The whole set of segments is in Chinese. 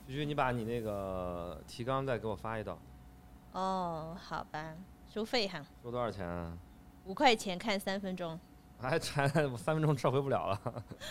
必须你把你那个提纲再给我发一道。 哦，好吧，收费哈。 收多少钱啊 ？5块钱看3分钟。 还馋，3分钟撤回不了了。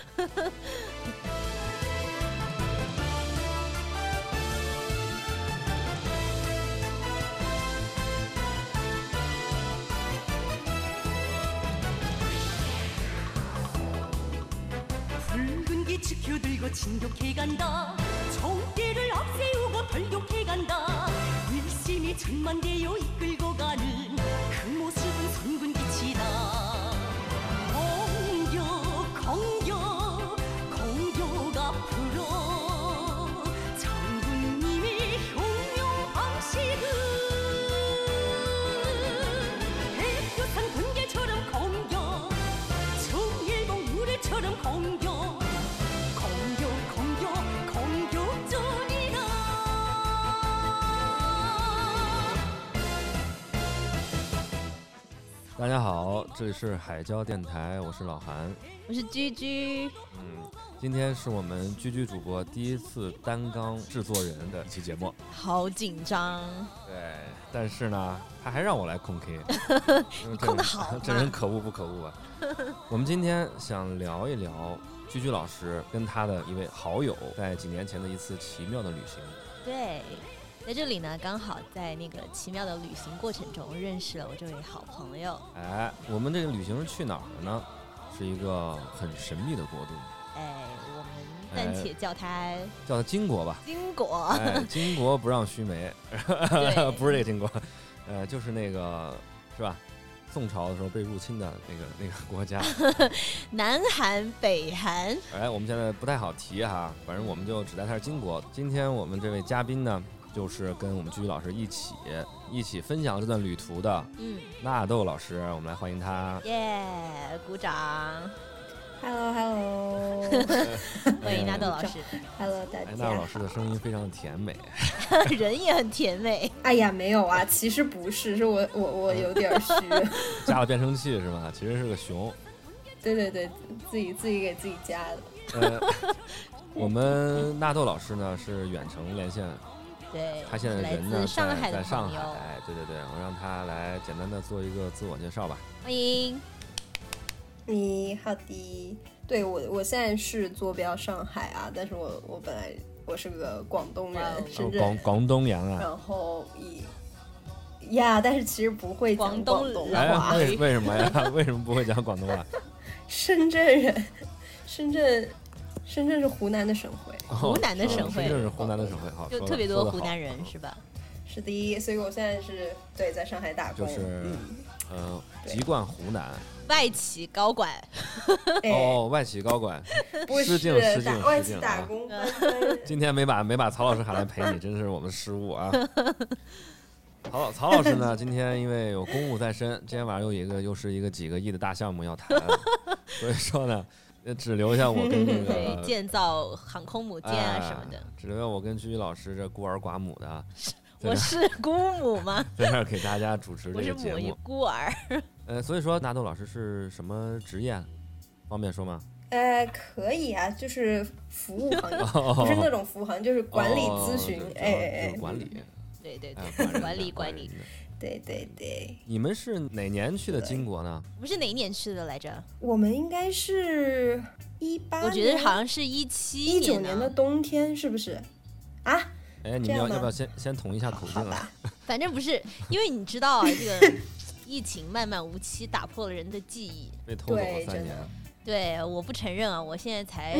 大家好，这里是海椒电台，我是老韩， 我是居居。 今天是我们居居主播第一次担纲制作人的一期节目， 好紧张。 对，但是呢，他还让我来控 K， 控得好， 这人可恶不可恶啊！我们今天想聊一聊居居老师跟他的一位好友在几年前的一次奇妙的旅行。 对。在这里呢，刚好在那个奇妙的旅行过程中认识了我这位好朋友。 哎，我们这个旅行是去哪儿的呢？是一个很神秘的国度。 我们暂且叫它金国吧。 金国。 金国不让须眉，不是这个金国，就是那个是吧？宋朝的时候被入侵的那个国家。 南韩、北韩。 我们现在不太好提哈，反正我们就指代它是金国。今天我们这位嘉宾呢，就是跟我们居居老师一起分享这段旅途的纳豆老师，我们来欢迎他。 耶，鼓掌。 Hello， 欢迎纳豆老师。 Hello， 大家。 纳豆老师的声音非常的甜美， 人也很甜美。 哎呀，没有啊，其实不是，是我有点虚， 加了变声器是吗？其实是个熊。 对，自己给自己加的。 我们纳豆老师呢是远程连线。 对， 他现在人呢上海在上海。对，我让他来简单的做一个自我介绍吧。 欢迎。 你好的。对，我现在是坐标上海啊，但是我本来我是个广东人，深圳广东人啊。 然后但是其实不会讲广东话。 为什么呀？为什么不会讲广东话？ 深圳人，深圳是湖南的省会。 湖南的省会。 深圳是湖南的省会，好， 就特别多湖南人是吧？ 是的，所以我现在是对在上海打工， 就是籍贯湖南。 外企高管。 外企高管。失敬外企打工。 今天没把曹老师喊来陪你，真是我们失误啊。曹老师呢，今天因为有公务在身，今天晚上又是一个几个亿的大项目要谈，所以说呢，只留下我跟那个建造航空母舰啊什么的， 只留下我跟居居老师这孤儿寡母的。 我是姑母吗？ 在这儿给大家主持这个节目。 我是母孤儿。 所以说纳豆老师是什么职业？方便说吗？ 可以啊，就是服务行业，不是那种服务行业，就是管理咨询。 就是管理。 对，管理。 对。 你们是哪年去的金国呢？ 我们是哪一年去的来着？ 我们应该是18年， 我觉得好像是17年、 19年的冬天，是不是？啊？ 你们要不要先统一下口径啊？ 反正不是，因为你知道啊，这个疫情漫漫无期，打破了人的记忆， 被偷走了3年。 对，我不承认啊，我现在才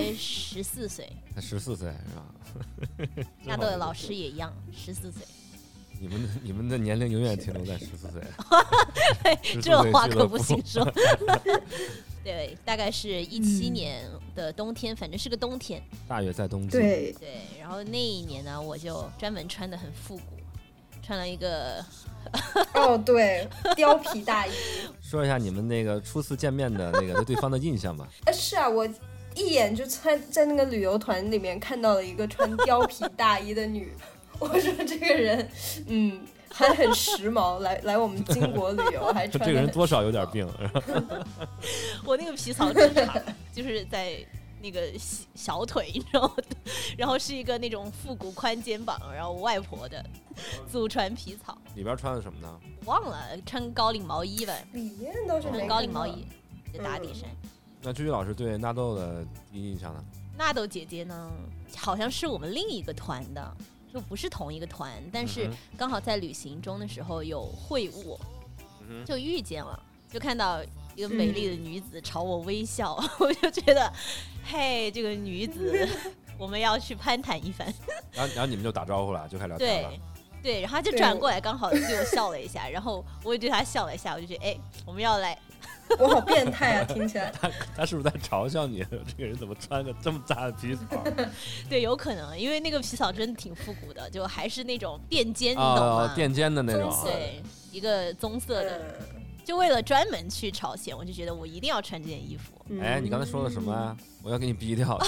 14岁。 才14岁是吧？ 纳豆老师也一样，14岁。 你们的年龄永远停留在14岁。 这话可不行说。对，大概是17年的冬天，反正是个冬天， 大约在冬季。 对， 然后那一年呢，我就专门穿得很复古，穿了一个对，貂皮大衣。 说一下你们那个初次见面的那个对对方的印象吧。 是啊，我一眼就在那个旅游团里面看到了一个穿貂皮大衣的女，我说这个人，还很时髦，来我们金国旅游，还穿。 这个人多少有点病。 我那个皮草正常，就是在那个小腿，你知道吗？然后是一个那种复古宽肩膀，然后外婆的祖传皮草。 里边穿的什么呢？ 忘了，穿高领毛衣吧， 里面倒是没穿高领毛衣，就打底衫。 那居居老师对纳豆的第一印象呢？ 纳豆姐姐呢，好像是我们另一个团的，就不是同一个团，但是刚好在旅行中的时候有会晤，就遇见了，就看到一个美丽的女子朝我微笑，我就觉得，嘿，这个女子，我们要去攀谈一番。 然后你们就打招呼了，就开始聊天了。 对，然后他就转过来，刚好对我笑了一下，然后我也对他笑了一下，我就觉得，哎，我们要来。 我好变态啊！听起来他是不是在嘲笑你？这个人怎么穿个这么大的皮草？ 对，有可能，因为那个皮草真的挺复古的，就还是那种垫肩，你懂吗？ 垫肩的那种。 对，一个棕色的。就为了专门去朝鲜，我就觉得我一定要穿这件衣服。 哎，你刚才说了什么啊？我要给你逼掉。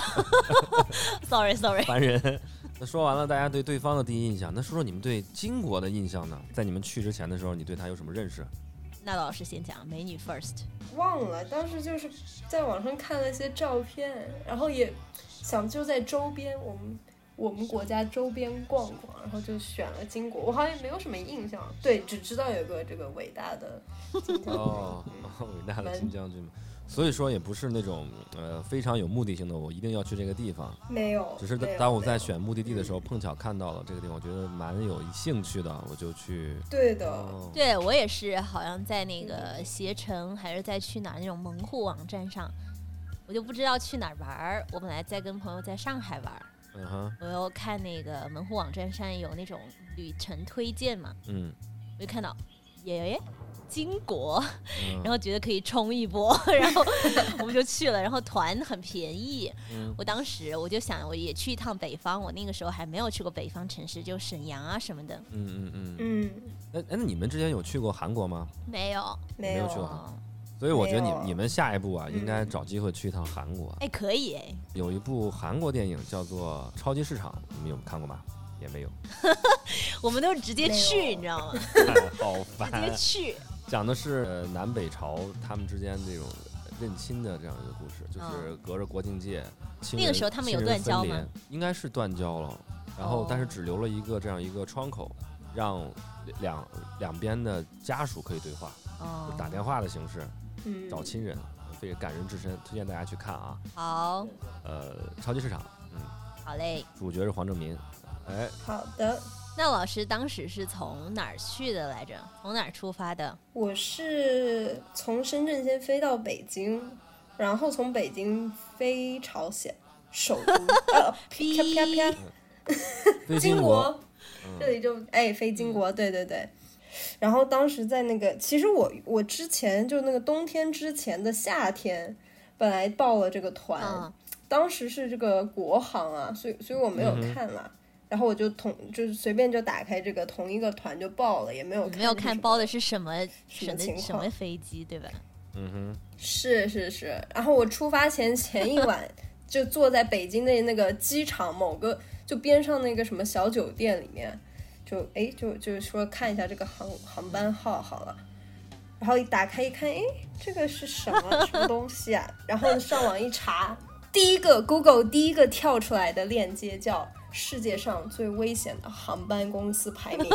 sorry， 烦人。那说完了大家对对方的第一印象，那说说你们对金国的印象呢？在你们去之前的时候，你对他有什么认识？ 那老师先讲，美女 first。 忘了，当时就是在网上看了一些照片，然后也想就在周边我们国家周边逛逛，然后就选了金国。我好像也没有什么印象，对，只知道有个这个伟大的金将军。 伟大的金将军。所以说也不是那种非常有目的性的，我一定要去这个地方。 没有， 只是当我在选目的地的时候，碰巧看到了这个地方，我觉得蛮有兴趣的，我就去。 对的， 对我也是，好像在那个携程还是在去哪那种门户网站上，我就不知道去哪儿玩。我本来在跟朋友在上海玩，我又看那个门户网站上有那种旅程推荐嘛，我就看到金国，然后觉得可以冲一波，然后我们就去了，然后团很便宜。我当时我就想，我也去一趟北方，我那个时候还没有去过北方城市，就沈阳啊什么的。 那你们之前有去过韩国吗？ 没有去过韩国。所以我觉得你们下一步啊，应该找机会去一趟韩国。 哎，可以哎。 有一部韩国电影叫做《超级市场》，你们有看过吗？也没有。 我们都直接去，你知道吗？ 好烦。 直接去。 讲的是南北朝他们之间这种认亲的这样一个故事，就是隔着国境界。 那个时候他们有断交吗？ 应该是断交了，然后但是只留了一个这样一个窗口，让两边的家属可以对话，就打电话的形式找亲人，非常感人至深，推荐大家去看啊。 好， 超级市场， 好嘞。 主角是黄正民，哎， 好的。 那老师当时是从哪儿去的来着？从哪儿出发的？ 我是从深圳先飞到北京，然后从北京飞朝鲜首都，啪啪啪，金国，这里就飞金国，对对对。然后当时在那个，其实我之前就那个冬天之前的夏天，本来报了这个团，当时是这个国航啊，所以我没有看了。然后我就是随便就打开这个同一个团就报了，也没有看包的是什么什么飞机，对吧？ 是。然后我出发前一晚就坐在北京的那个机场某个就边上那个什么小酒店里面，就说看一下这个航班号好了。然后一打开一看，这个是什么东西啊？然后上网一查，Google 第一个跳出来的链接叫世界上最危险的航班公司排名，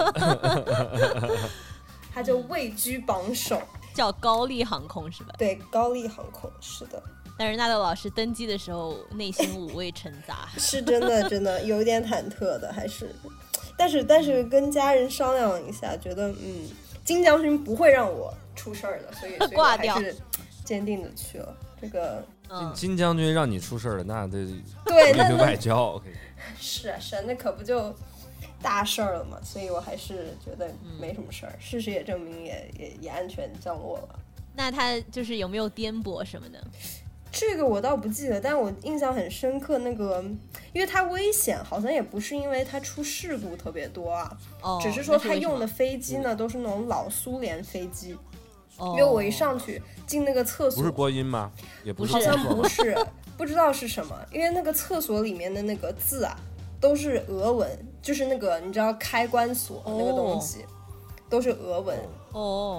它就位居榜首， 叫高丽航空是吧？ 对，高丽航空是的。 但是纳豆老师登机的时候内心五味陈杂， 是真的有点忐忑的，还是，但是跟家人商量了一下，觉得金将军不会让我出事儿的，所以我还是坚定的去了这个。 金将军让你出事儿了，那得对那外交。 是啊，那可不就大事儿了嘛，所以我还是觉得没什么事儿。事实也证明也安全降落了。 那他就是有没有颠簸什么的？ 这个我倒不记得，但我印象很深刻。那个，因为它危险，好像也不是因为它出事故特别多啊，只是说它用的飞机呢都是那种老苏联飞机。因为我一上去进那个厕所， 不是波音吗？也不是， 好像不是，不知道是什么。因为那个厕所里面的那个字啊，都是俄文，就是那个你知道开关锁那个东西， 都是俄文。 哦，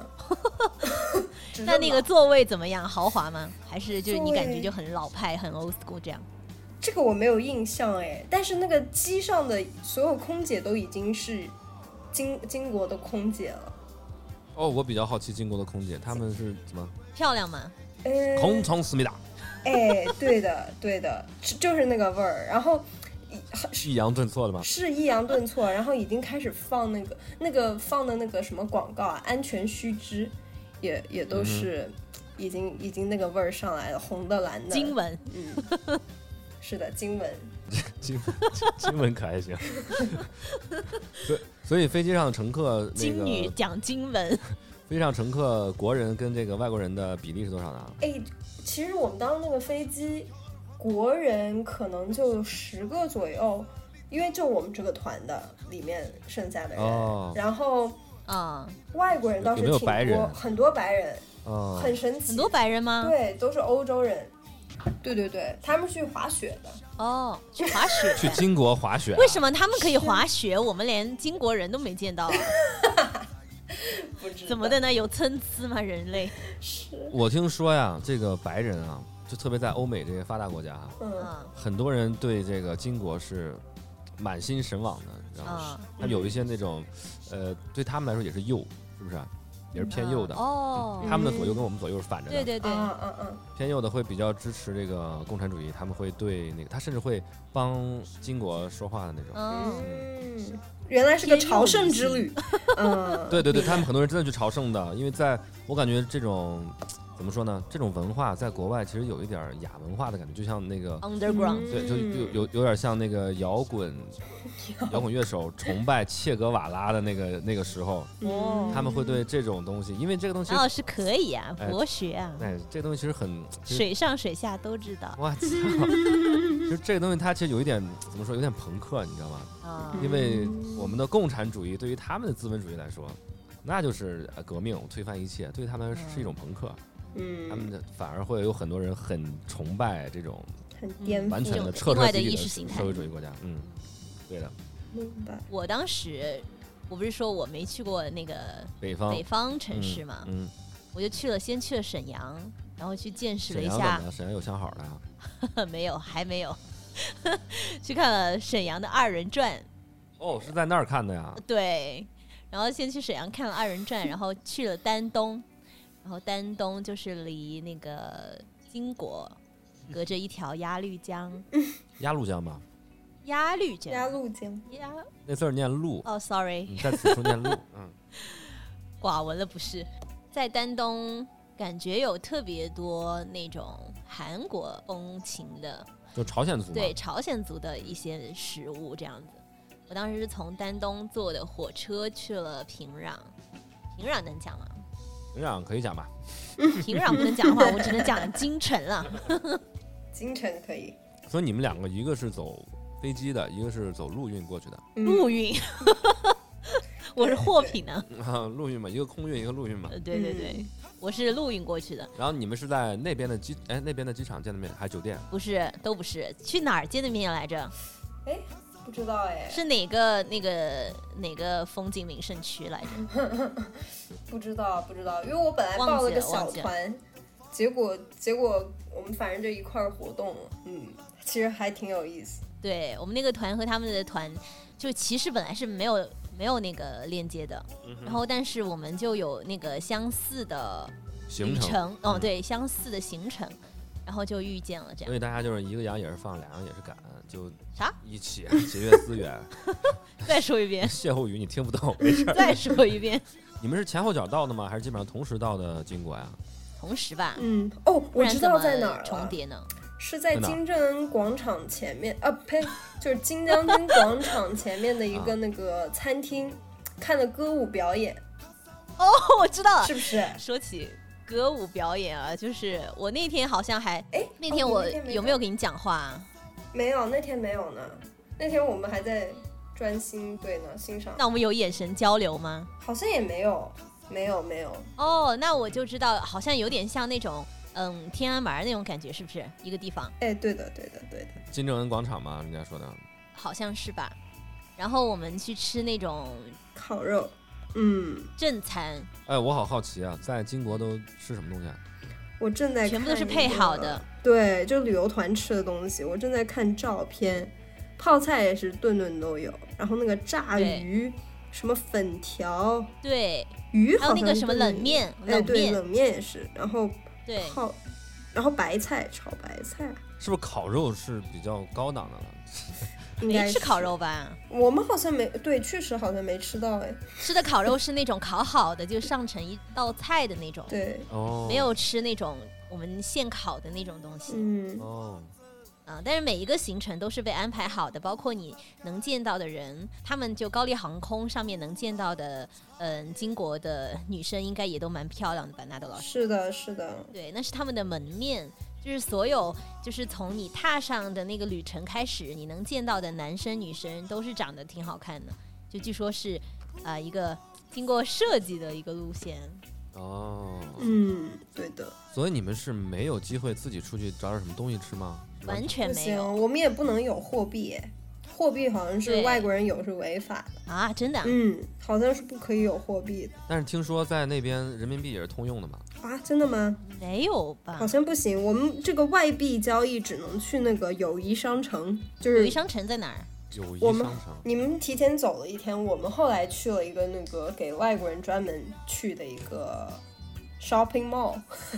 那个座位怎么样？豪华吗？还是就是你感觉就很老派、很 old school 这样？ 这个我没有印象哎，但是那个机上的所有空姐都已经是金国的空姐了。 哦，我比较好奇金国的空姐，她们是怎么漂亮吗？ 空从思密达。 哎，对的，就是那个味儿。然后抑扬顿挫的吗？ 是抑扬顿挫，然后已经开始放那个放的那个什么广告啊，安全须知，也都是已经那个味儿上来了，红的蓝的。 经文， 是的，经文。 经文可还行。所以飞机上的乘客， 金女讲经文。 飞机上乘客国人跟这个外国人的比例是多少呢？ 哎，其实我们当时那个飞机，国人可能就10个左右，因为就我们这个团的里面剩下的人，然后外国人倒是挺多， 有没有白人？ 很多白人，很神奇。 很多白人吗？ 对，都是欧洲人。对，他们去滑雪的。 哦，去滑雪， 去金国滑雪。 为什么他们可以滑雪，我们连金国人都没见到？ 不知道怎么的呢？有参差吗？人类？ 是。 我听说呀，这个白人啊，就特别在欧美这些发达国家，很多人对这个金国是满心神往的，你知道吗？他有一些那种，对他们来说也是右，是不是？也是偏右的他们的左右跟我们左右是反着的。 对， 偏右的会比较支持这个共产主义，他们会对那个，他甚至会帮金国说话的那种。 原来是个朝圣之旅。 对，他们很多人真的去朝圣的，因为我感觉这种怎么说呢？这种文化在国外其实有一点亚文化的感觉，就像那个 underground， 对，就有点像那个摇滚乐手崇拜切格瓦拉的那个时候，他们会对这种东西，因为这个东西张老师可以啊，博学啊， 这个东西其实很水上水下都知道。 我操，就这个东西它其实有一点怎么说，有点朋克，你知道吗？因为我们的共产主义对于他们的资本主义来说，那就是革命，推翻一切，对于他们是一种朋克。他们反而会有很多人很崇拜这种很颠覆完全的彻彻底底的社会主义国家。对的。 明白。 我当时我不是说我没去过那个北方城市嘛，我就先去了沈阳，然后去见识了一下。 沈阳有相好的啊？没有，还没有。去看了沈阳的2人转。 哦，是在那儿看的呀？ 对，然后先去沈阳看了2人转，然后去了丹东。然后丹东就是离那个金国隔着一条鸭绿江。 鸭绿江吧？ 鸭绿江。 那字儿念路。 哦 ，sorry。 你在此处念路。 寡闻了不是？在丹东感觉有特别多那种韩国风情的， 就朝鲜族。 对，朝鲜族的一些食物这样子。我当时是从丹东坐的火车去了平壤。平壤能讲吗？ 平壤可以讲吧。 平壤不能讲的话，我只能讲京城了。 京城可以。 所以你们2个，一个是走飞机的，一个是走陆运过去的。 陆运。我是货品呢。 陆运嘛，一个空运，一个陆运嘛。 对，我是陆运过去的。 然后你们是在那边的机场见的面，还是酒店？ 不是，都不是。去哪儿见的面来着？ 不知道哎。 是哪个风景名胜区来着？ 不知道，因为我本来报了个小团，结果我们反正就一块儿活动了。其实还挺有意思。 对，我们那个团和他们的团，就其实本来是没有那个链接的，然后但是我们就有那个相似的行程。对，相似的行程，然后就遇见了这样。 所以大家就是一个羊也是放，2羊也是赶，就啥一起节约资源。 再说一遍。 歇后语你听不懂，没事。 再说一遍。 你们是前后脚到的吗？还是基本上同时到的金国呀？ 同时吧。 我知道在哪儿了。 重叠呢？ 是在金正恩广场前面就是金将军广场前面的一个那个餐厅，看的歌舞表演。 我知道了， 是不是？ 说起歌舞表演啊，就是我那天好像还那天我有没有给你讲话？ 没有，那天没有呢。那天我们还在专心欣赏。 那我们有眼神交流吗？ 好像也没有。 那我就知道，好像有点像那种天安门那种感觉，是不是一个地方？ 对的。 金正恩广场嘛，人家说的。 好像是吧。然后我们去吃那种烤肉。 正餐。 哎，我好好奇啊，在金国都吃什么东西啊？ 我正在看全部都是配好的， 对，就旅游团吃的东西。我正在看照片，泡菜也是顿顿都有，然后那个炸鱼，什么粉条， 对， 鱼好像还有那个什么冷面， 对，冷面也是，然后对然后白菜炒白菜， 是不是烤肉是比较高档的了？ 没吃烤肉吧？ 我们好像没，对，确实好像没吃到哎。 吃的烤肉是那种烤好的，就上成一道菜的那种。 对， 没有吃那种我们现烤的那种东西。但是每一个行程都是被安排好的，包括你能见到的人，他们就高丽航空上面能见到的，金国的女生应该也都蛮漂亮的吧？纳豆老师。 是的，是的。 对，那是他们的门面。就是所有，就是从你踏上的那个旅程开始，你能见到的男生女生都是长得挺好看的，就据说是，一个经过设计的一个路线。 对的。 所以你们是没有机会自己出去找点什么东西吃吗？ 完全没有。 我们也不能有货币，货币好像是外国人有是违法的啊，真的？ 好像是不可以有货币的。 但是听说在那边人民币也是通用的嘛？ 啊，真的吗？ 没有吧？ 好像不行，我们这个外币交易只能去那个友谊商城。就是友谊商城在哪儿？ 友谊商城。 你们提前走了一天，我们后来去了一个那个给外国人专门去的一个 shopping mall，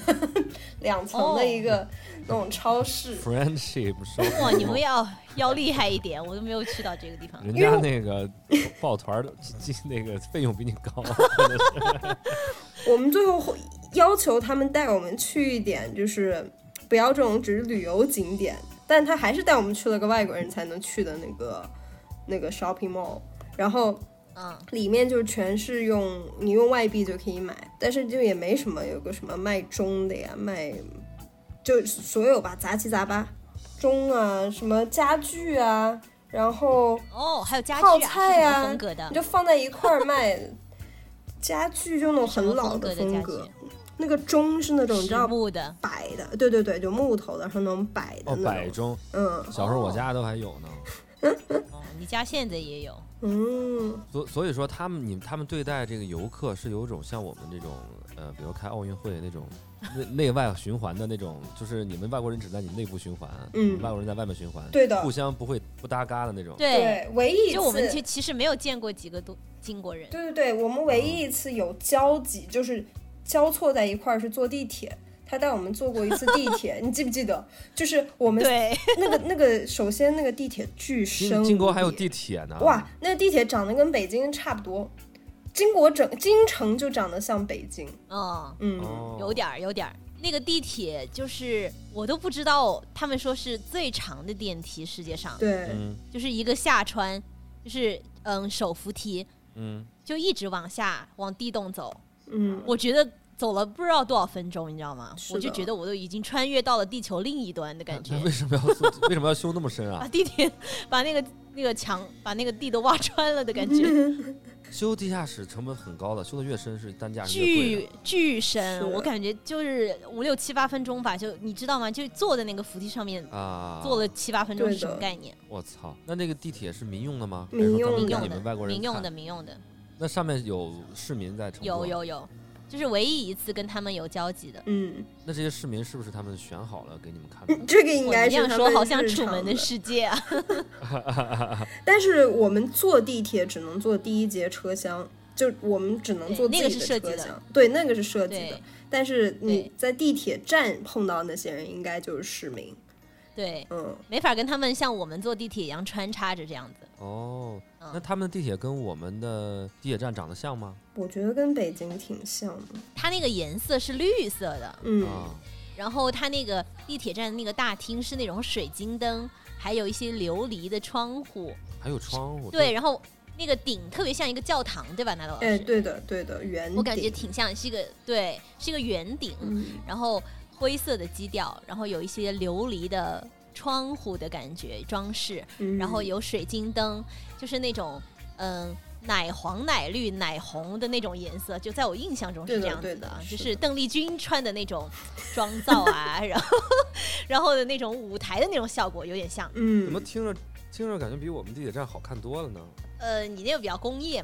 2层的一个那种超市。 Friendship。 哇，你们要厉害一点，我都没有去到这个地方。 人家那个抱团的那个费用比你高。 我们最后要求他们带我们去一点，就是不要这种只是旅游景点，但他还是带我们去了个外国人才能去的那个 shopping mall， 然后里面就全是你用外币就可以买，但是就也没什么，有个什么卖钟的呀，卖就所有吧，杂七杂八，钟啊，什么家具啊，然后还有家具泡菜啊， 风格的， 你就放在一块卖。家具就那种很老的风格，那个钟是那种你知道木的摆的，对，就木头的，然后那种摆的摆钟，小时候我家都还有呢。 你家现在也有。 所以说他们对待这个游客是有一种像我们这种比如开奥运会那种内外循环的那种，就是你们外国人只在你内部循环，外国人在外面循环， 对的， 互相不搭嘎的那种。 对，唯一一次就我们其实没有见过几个金国人。 对，我们唯一一次有交集，就是交错在一块儿是坐地铁。他带我们坐过一次地铁，你记不记得？就是我们那个，首先那个地铁巨深， 金国还有地铁呢。 哇，那个地铁长得跟北京差不多，金城就长得像北京。 有点儿。那个地铁就是我都不知道，他们说是最长的电梯世界上。 对， 就是一个下穿，就是手扶梯，就一直往下往地洞走。我觉得。走了不知道多少分钟，你知道吗？我就觉得我都已经穿越到了地球另一端的感觉。 为什么要修那么深啊？ 把地铁把那个墙把那个地都挖穿了的感觉。 修地下室成本很高的，修的越深是单价是越贵的。 巨深，我感觉就是5、6、7、8分钟吧，就你知道吗？就坐在那个扶梯上面坐了7、8分钟是什么概念？ 我操！那个地铁是民用的吗？ 民用的。 那上面有市民在乘坐？ 有。就是唯一一次跟他们有交集的。 那这些市民是不是他们选好了给你们看的？ 这个应该是这样说，好像楚门的世界啊。 但是我们坐地铁只能坐第一节车厢，就我们只能坐自己的车厢。对，那个是设计的。但是你在地铁站碰到那些人，应该就是市民。 对，没法跟他们像我们坐地铁一样穿插着这样子。 那他们的地铁跟我们的地铁站长得像吗？ 我觉得跟北京挺像的。 它那个颜色是绿色的，然后它那个地铁站那个大厅是那种水晶灯，还有一些琉璃的窗户。 还有窗户？ 对，然后那个顶特别像一个教堂，对吧，纳豆老师？ 对的，圆顶。 我感觉挺像，是一个圆顶，然后灰色的基调，然后有一些琉璃的窗户的感觉装饰，然后有水晶灯，就是那种奶黄、奶绿、奶红的那种颜色，就在我印象中是这样子的，就是邓丽君穿的那种妆造啊，然后的那种舞台的那种效果有点像。 怎么听着感觉比我们地铁站好看多了呢？ 你那个比较工业嘛。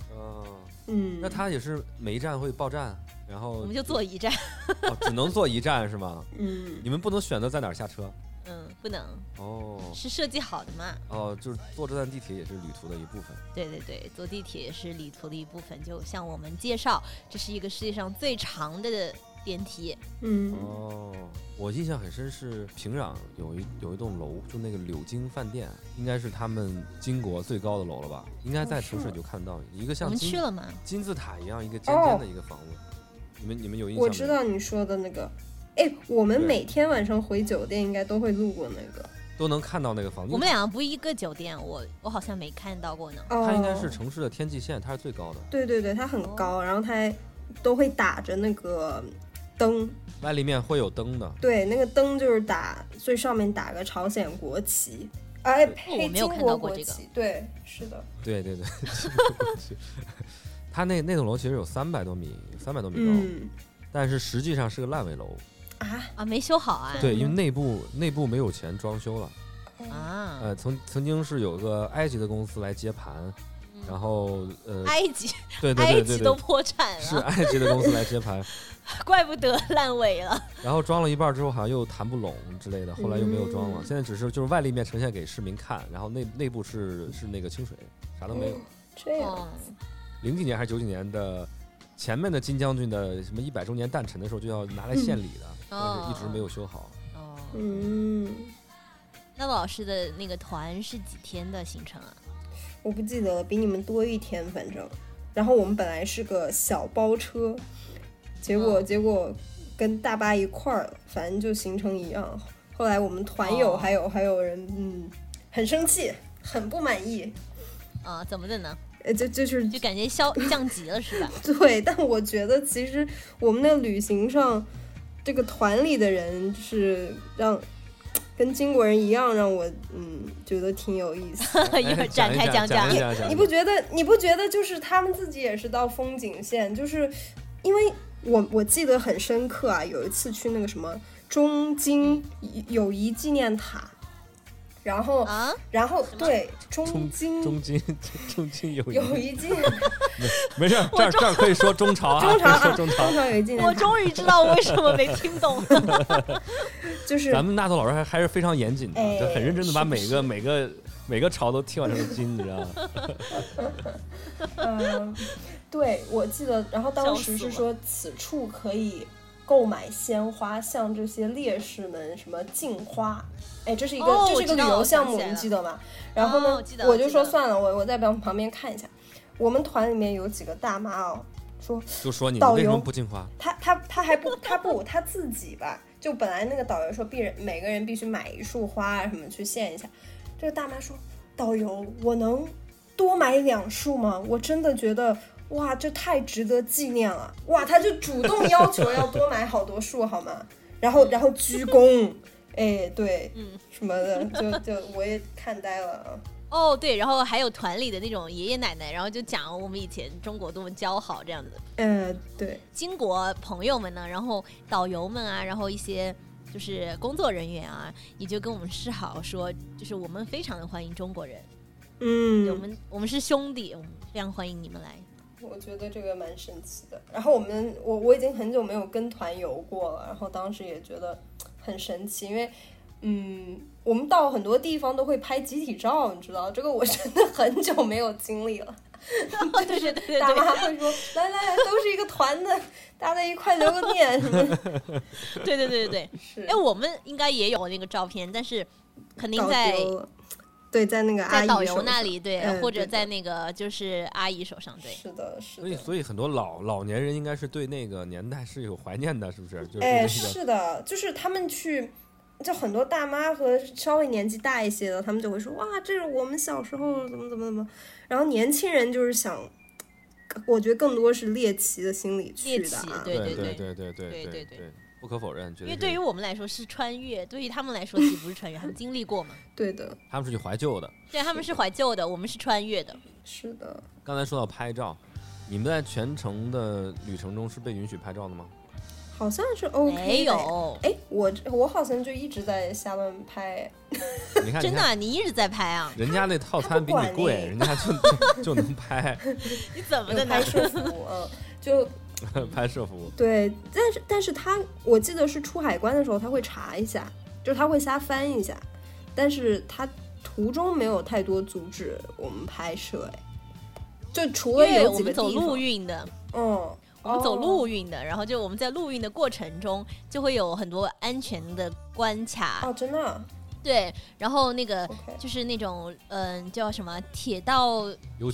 那他也是每一站会报站，然后我们就坐一站。 只能坐一站是吗？你们不能选择在哪儿下车？ 不能。是设计好的嘛。 就是坐这站地铁也是旅途的一部分。 对对对，坐地铁也是旅途的一部分。就像我们介绍，这是一个世界上最长的电梯。 我印象很深是平壤有一栋楼，就那个柳京饭店，应该是他们金国最高的楼了吧？应该在城市就看到一个像我们去了吗？ 金字塔一样一个尖尖的一个房子。你们有印象吗？ 我知道你说的那个。我们每天晚上回酒店应该都会路过那个， 都能看到那个房子。 我们两个不一个酒店，我好像没看到过呢。 它应该是城市的天际线，它是最高的。 对对对，它很高，然后它还都会打着那个灯， 外立面会有灯的。 对，那个灯就是最上面打个朝鲜国旗，配金国国旗。对，是的。 对对对，它那栋楼其实有300多米高，但是实际上是个烂尾楼。 没修好啊。 对，因为内部没有钱装修了。曾经是有个埃及的公司来接盘，然后埃及， 对， 埃及都破产了， 是埃及的公司来接盘， 怪不得烂尾了。 然后装了一半之后好像又谈不拢之类的，后来又没有装了。现在只是就是外立面呈现给市民看，然后内部是那个清水，啥都没有。 这样 ，0几年还是9几年的前面的金将军的什么100周年诞辰的时候就要拿来献礼的，但是一直没有修好。 那老师的那个团是几天的行程啊？ 我不记得了，比你们多1天反正。然后我们本来是个小包车，结果跟大巴一块儿了，反正就行程一样。后来我们团友还有人很生气，很不满意。 怎么的呢？ 就感觉降级了是吧？ 对，但我觉得其实我们那旅行上，这个团里的人就是跟金国人一样，让我觉得挺有意思。 一会儿展开讲讲。 你不觉得就是他们自己也是到风景线，就是因为我记得很深刻啊，有一次去那个什么中京友谊纪念塔。然后对中京友谊纪念塔， 没事，这儿可以说中朝啊，中朝友谊纪念塔。 我终于知道为什么没听懂了。 就是咱们纳豆老师还是非常严谨的，就很认真的把每个朝都替换成金，你知道吗？对，我记得，然后当时是说此处可以购买鲜花，向这些烈士们什么敬花。这是一个旅游项目，你记得吗？然后呢，我就说算了，我在旁边看一下。我们团里面有几个大妈就说你为什么不敬花？ 他自己吧，就本来那个导游说每个人必须买1束花什么去献一下。这个大妈说，导游，我能多买2束吗？我真的觉得哇，这太值得纪念了。哇，他就主动要求要多买好多束好吗？然后鞠躬。对，什么的，就我也看呆了啊。对，然后还有团里的那种爷爷奶奶，然后就讲我们以前中国多么交好这样子。 对， 金国朋友们呢，然后导游们啊，然后一些就是工作人员啊，也就跟我们示好说，就是我们非常的欢迎中国人。我们是兄弟，我们非常欢迎你们来。 我觉得这个蛮神奇的。然后我已经很久没有跟团游过了，然后当时也觉得很神奇，因为我们到很多地方都会拍集体照，你知道这个我真的很久没有经历了。 对， 大妈会说来，都是一个团的，大家在一块留个念什么的。 对，是。我们应该也有那个照片，但是肯定在那个阿姨在导游那里，对，或者在那个就是阿姨手上，对。 是的。 所以很多老年人应该是对那个年代是有怀念的，是不是？ 是的，就是他们去，就很多大妈和稍微年纪大一些的，他们就会说哇，这是我们小时候怎么，然后年轻人就是想，我觉得更多是猎奇的心理去的啊。 对。不可否认， 因为对于我们来说是穿越，对于他们来说其实不是穿越，他们经历过嘛。 对的， 他们是去怀旧的。 对，他们是怀旧的，我们是穿越的。 是的。 刚才说到拍照，你们在全程的旅程中是被允许拍照的吗？ 好像是 OK 的。 没有， 哎，我好像就一直在瞎乱拍。 你看， 真的，你一直在拍啊？ 人家那套餐比你贵，人家就能拍。 你怎么的拍摄服务？就拍摄服务。 对，但是他我记得是出海关的时候他会查一下，就是他会瞎翻一下，但是他途中没有太多阻止我们拍摄。哎，就除了有几个地方， 我们走陆运的，我们走陆运的，然后就我们在陆运的过程中就会有很多安全的关卡。 哦，真的、啊。 对，然后那个就是那种叫什么铁路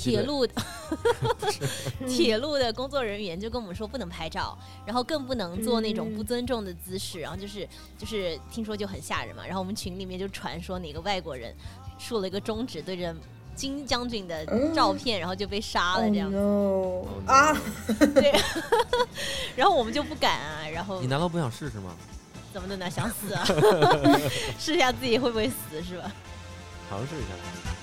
铁路的工作人员就跟我们说不能拍照，然后更不能做那种不尊重的姿势，然后就是听说就很吓人嘛。然后我们群里面就传说哪个外国人竖了一个中指对着金将军的照片，然后就被杀了这样子。 啊， 对，然后我们就不敢啊。然后你难道不想试试吗？ 怎么的呢？想死啊！试一下自己会不会死是吧？ 尝试一下。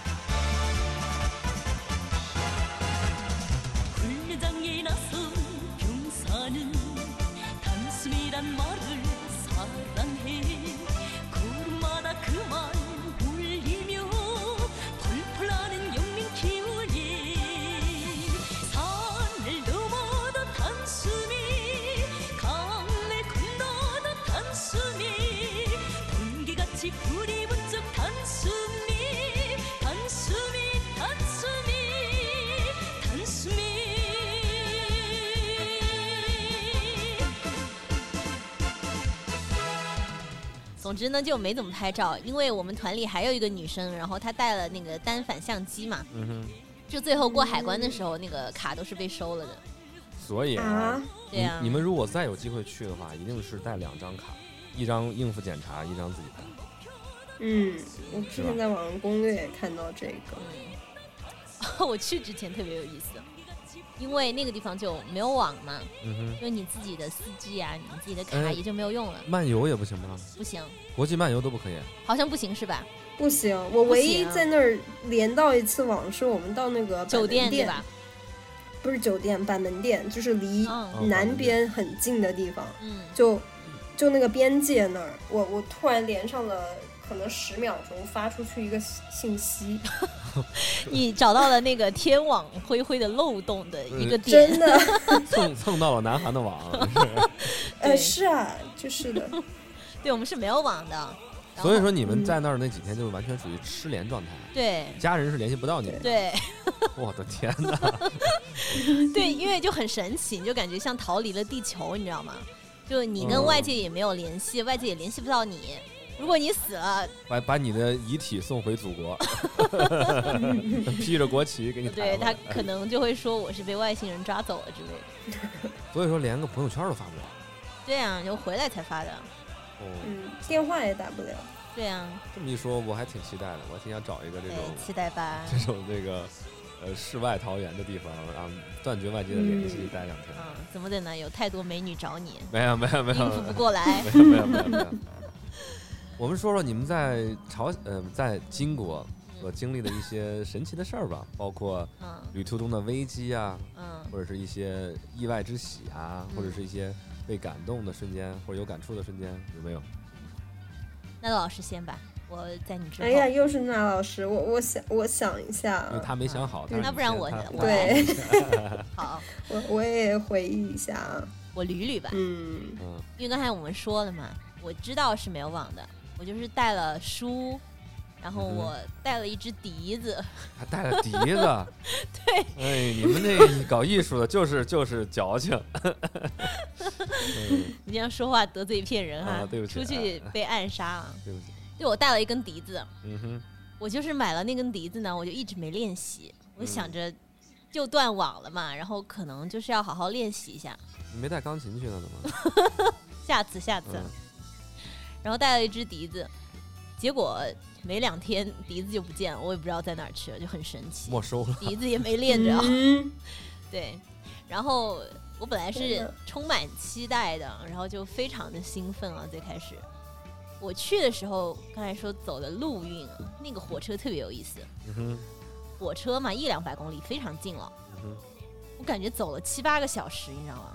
总之呢就没怎么拍照，因为我们团里还有一个女生，然后她带了那个单反相机嘛，就最后过海关的时候那个卡都是被收了的。 所以对啊， 你们如果再有机会去的话，一定是带2张卡，一张应付检查，一张自己拍。 我之前在网上攻略也看到这个。 我去之前特别有意思，因为那个地方就没有网嘛，就你自己的4G 啊，你自己的卡也就没有用了。 漫游也不行吗？ 不行， 国际漫游都不可以。 好像不行是吧？ 不行，我唯一在那儿连到一次网是我们到那个酒店对吧？ 不是酒店，板门店，就是离南边很近的地方。就那个边界那儿，我突然连上了。可能10秒钟发出去一个信息， 你找到了那个天网恢恢的漏洞的一个点， 真的蹭到了南韩的网， 是啊，就是的， 对我们是没有网的， 所以说你们在那儿那几天就是完全属于失联状态， 对， 家人是联系不到你的， 对， 我的天哪， 对，因为就很神奇，你就感觉像逃离了地球，你知道吗？就你跟外界也没有联系，外界也联系不到你。如果你死了， 把你的遗体送回祖国，披着国旗给你抬。 对，他可能就会说我是被外星人抓走了之类的。所以说连个朋友圈都发不了。 对啊，就回来才发的。 电话也打不了。 对啊。 这么一说，我还挺期待的，我挺想找一个这种期待吧。 这种世外桃源的地方，让断绝外界的联系，待2天。 怎么的呢？有太多美女找你。 没有， 应付不过来。 没有。我们说说你们在在金国所经历的一些神奇的事儿吧，包括旅途中的危机啊，或者是一些意外之喜啊，或者是一些被感动的瞬间，或者有感触的瞬间，有没有？ 那老师先吧，我在你之后。 哎呀，又是那老师，我想一下， 因为他没想好。 那不然我对， 好， 我也回忆一下， 我捋捋吧。因为刚才我们说了嘛，我知道是没有网的。我就是带了书，然后我带了一只笛子， 还带了笛子， 对， 哎，你们那搞艺术的就是矫情。 你这样说话得罪一片人哈， 对不起， 出去被暗杀啊， 对不起。 对，我带了一根笛子，我就是买了那根笛子呢，我就一直没练习，我想着就断网了嘛，然后可能就是要好好练习一下。 你没带钢琴去了的吗？下次。然后带了一只笛子，结果没2天笛子就不见了，我也不知道在哪儿去了，就很神奇。 没收了， 笛子也没练着。对，然后我本来是充满期待的，然后就非常的兴奋啊。最开始我去的时候，刚才说走的陆运，那个火车特别有意思。火车嘛，100-200公里，非常近了。我感觉走了7-8个小时，你知道吗？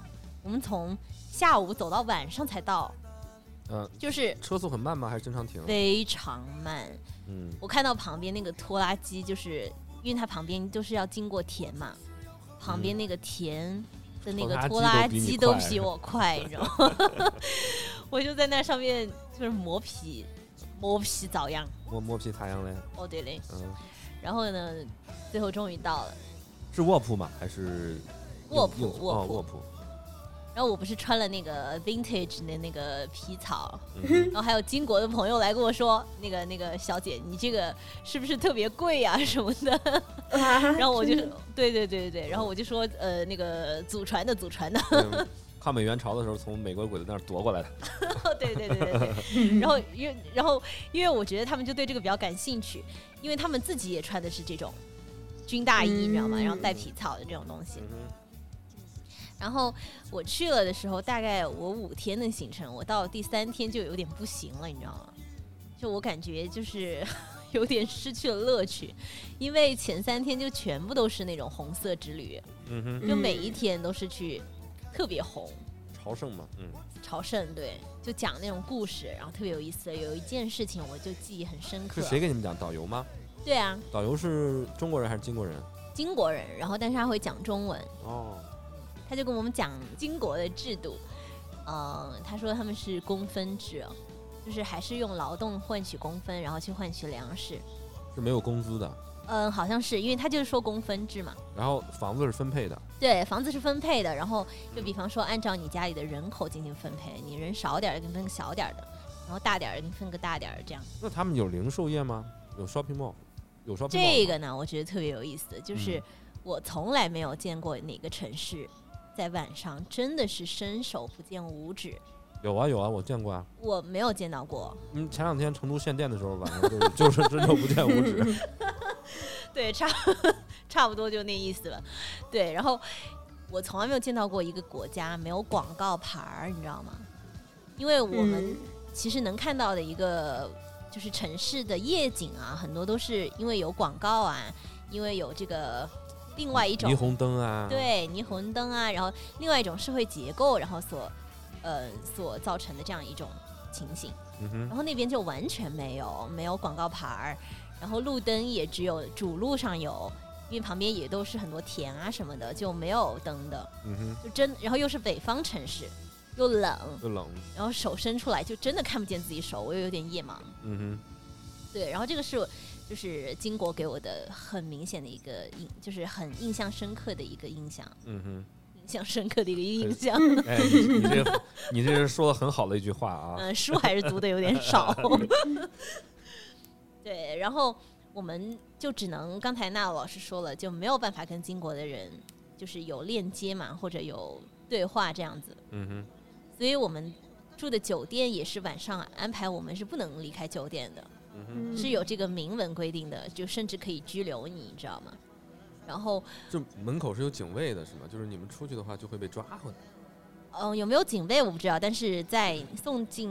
我们从下午走到晚上才到。就是车速很慢吗？还是经常停？ 非常慢。我看到旁边那个拖拉机，就是因为它旁边都是要经过田嘛，旁边那个田的那个拖拉机都比我快，你知道吗？我就在那上面就是磨皮咋样？ 磨皮咋样嘞？ 哦对嘞，然后呢，最后终于到了。 是卧铺吗？还是卧铺？ 卧铺。 然后我不是穿了那个 vintage 的那个皮草，然后还有金国的朋友来跟我说，那个小姐，你这个是不是特别贵呀什么的？然后我就对，然后我就说那个祖传的。 抗美援朝的时候从美国鬼子那儿夺过来的。 对。然后因为我觉得他们就对这个比较感兴趣，因为他们自己也穿的是这种军大衣，你知道吗？然后带皮草的这种东西。然后我去了的时候，大概我5天的行程，我到第3天就有点不行了，你知道吗？就我感觉就是有点失去了乐趣，因为前3天就全部都是那种红色之旅，就每一天都是去特别红。 朝圣嘛， 朝圣，对，就讲那种故事，然后特别有意思。有一件事情我就记忆很深刻。 是谁给你们讲？导游吗？ 对啊。 导游是中国人还是金国人？ 金国人，然后但是他会讲中文。他就跟我们讲金国的制度，他说他们是公分制，就是还是用劳动换取公分，然后去换取粮食， 是没有工资的。 好像是，因为他就是说公分制嘛。 然后房子是分配的。 对，房子是分配的，然后就比方说按照你家里的人口进行分配，你人少点的给你分个小点的，然后大点的给你分个大点的，这样。 那他们有零售业吗？有 shopping mall？ 有 shopping mall？ 这个呢，我觉得特别有意思，就是我从来没有见过哪个城市在晚上真的是伸手不见五指。 有啊，我见过啊。 我没有见到过。 前2天成都限电的时候，晚上就是伸手不见五指。 对，差不多就那意思了。对，然后我从来没有见到过一个国家没有广告牌，你知道吗？因为我们其实能看到的一个就是城市的夜景啊，很多都是因为有广告啊，因为有这个另外一种霓虹灯啊， 对，霓虹灯啊，然后另外一种社会结构，然后所造成的这样一种情形。然后那边就完全没有广告牌，然后路灯也只有主路上有，因为旁边也都是很多田啊什么的，就没有灯的。然后又是北方城市，又冷，然后手伸出来就真的看不见自己手，我又有点夜盲。对，然后这个是就是金国给我的很明显的一个就是很印象深刻的一个印象。印象深刻的一个印象。 哎，你这是说的很好的一句话啊。 书还是读的有点少。对，然后我们就只能刚才那老师说了，就没有办法跟金国的人就是有链接嘛，或者有对话这样子。所以我们住的酒店也是晚上安排我们是不能离开酒店的。是有这个明文规定的，就甚至可以拘留你知道吗？然后就门口是有警卫的是吗？就是你们出去的话就会被抓回来。 有没有警卫我不知道，但是在送进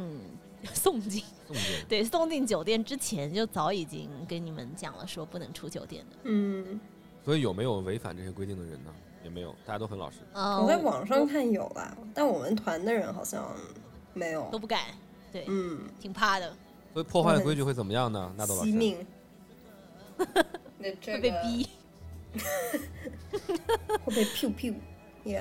酒店之前就早已经跟你们讲了说不能出酒店的。 所以有没有违反这些规定的人呢？也没有，大家都很老实。 我在网上看有吧，但我们团的人好像没有， 都不敢。对，挺怕的。 所以破坏规矩会怎么样呢？那都老师。 惜命。 会被逼。 会被 pew pew。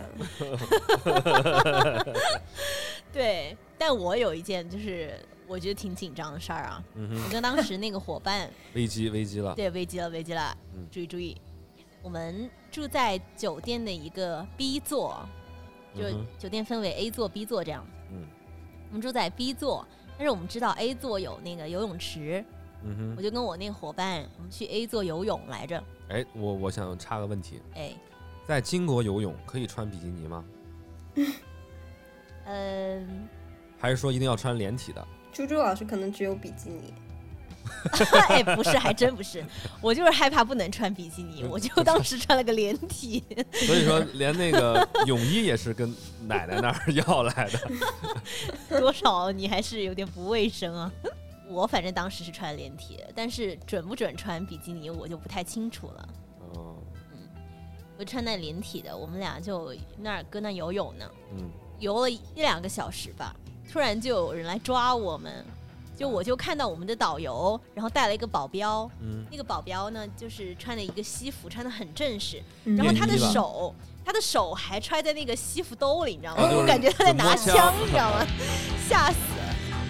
对，但我有一件就是我觉得挺紧张的事儿啊。我跟当时那个伙伴危机了。对， 危机了。注意，我们住在酒店的一个 B 座，就酒店分为 A 座 B 座这样。我们住在 B 座，但是我们知道 A 座有那个游泳池。我就跟我那个伙伴我们去 A 座游泳来着。 哎，我想插个问题。在金国游泳可以穿比基尼吗？还是说一定要穿连体的？ 猪猪老师可能只有比基尼。 哎，不是，还真不是，我就是害怕不能穿比基尼，我就当时穿了个连体。 所以说连那个泳衣也是跟奶奶那儿要来的。 多少你还是有点不卫生啊。我反正当时是穿连体，但是准不准穿比基尼我就不太清楚了。我穿那连体的，我们俩就搁那游泳呢。 游了1-2个小时吧，突然就有人来抓我们。就我就看到我们的导游，然后带了一个保镖，那个保镖呢就是穿了一个西服，穿得很正式，然后他的手还揣在那个西服兜里，你知道吗？我感觉他在拿枪，你知道吗？吓死了。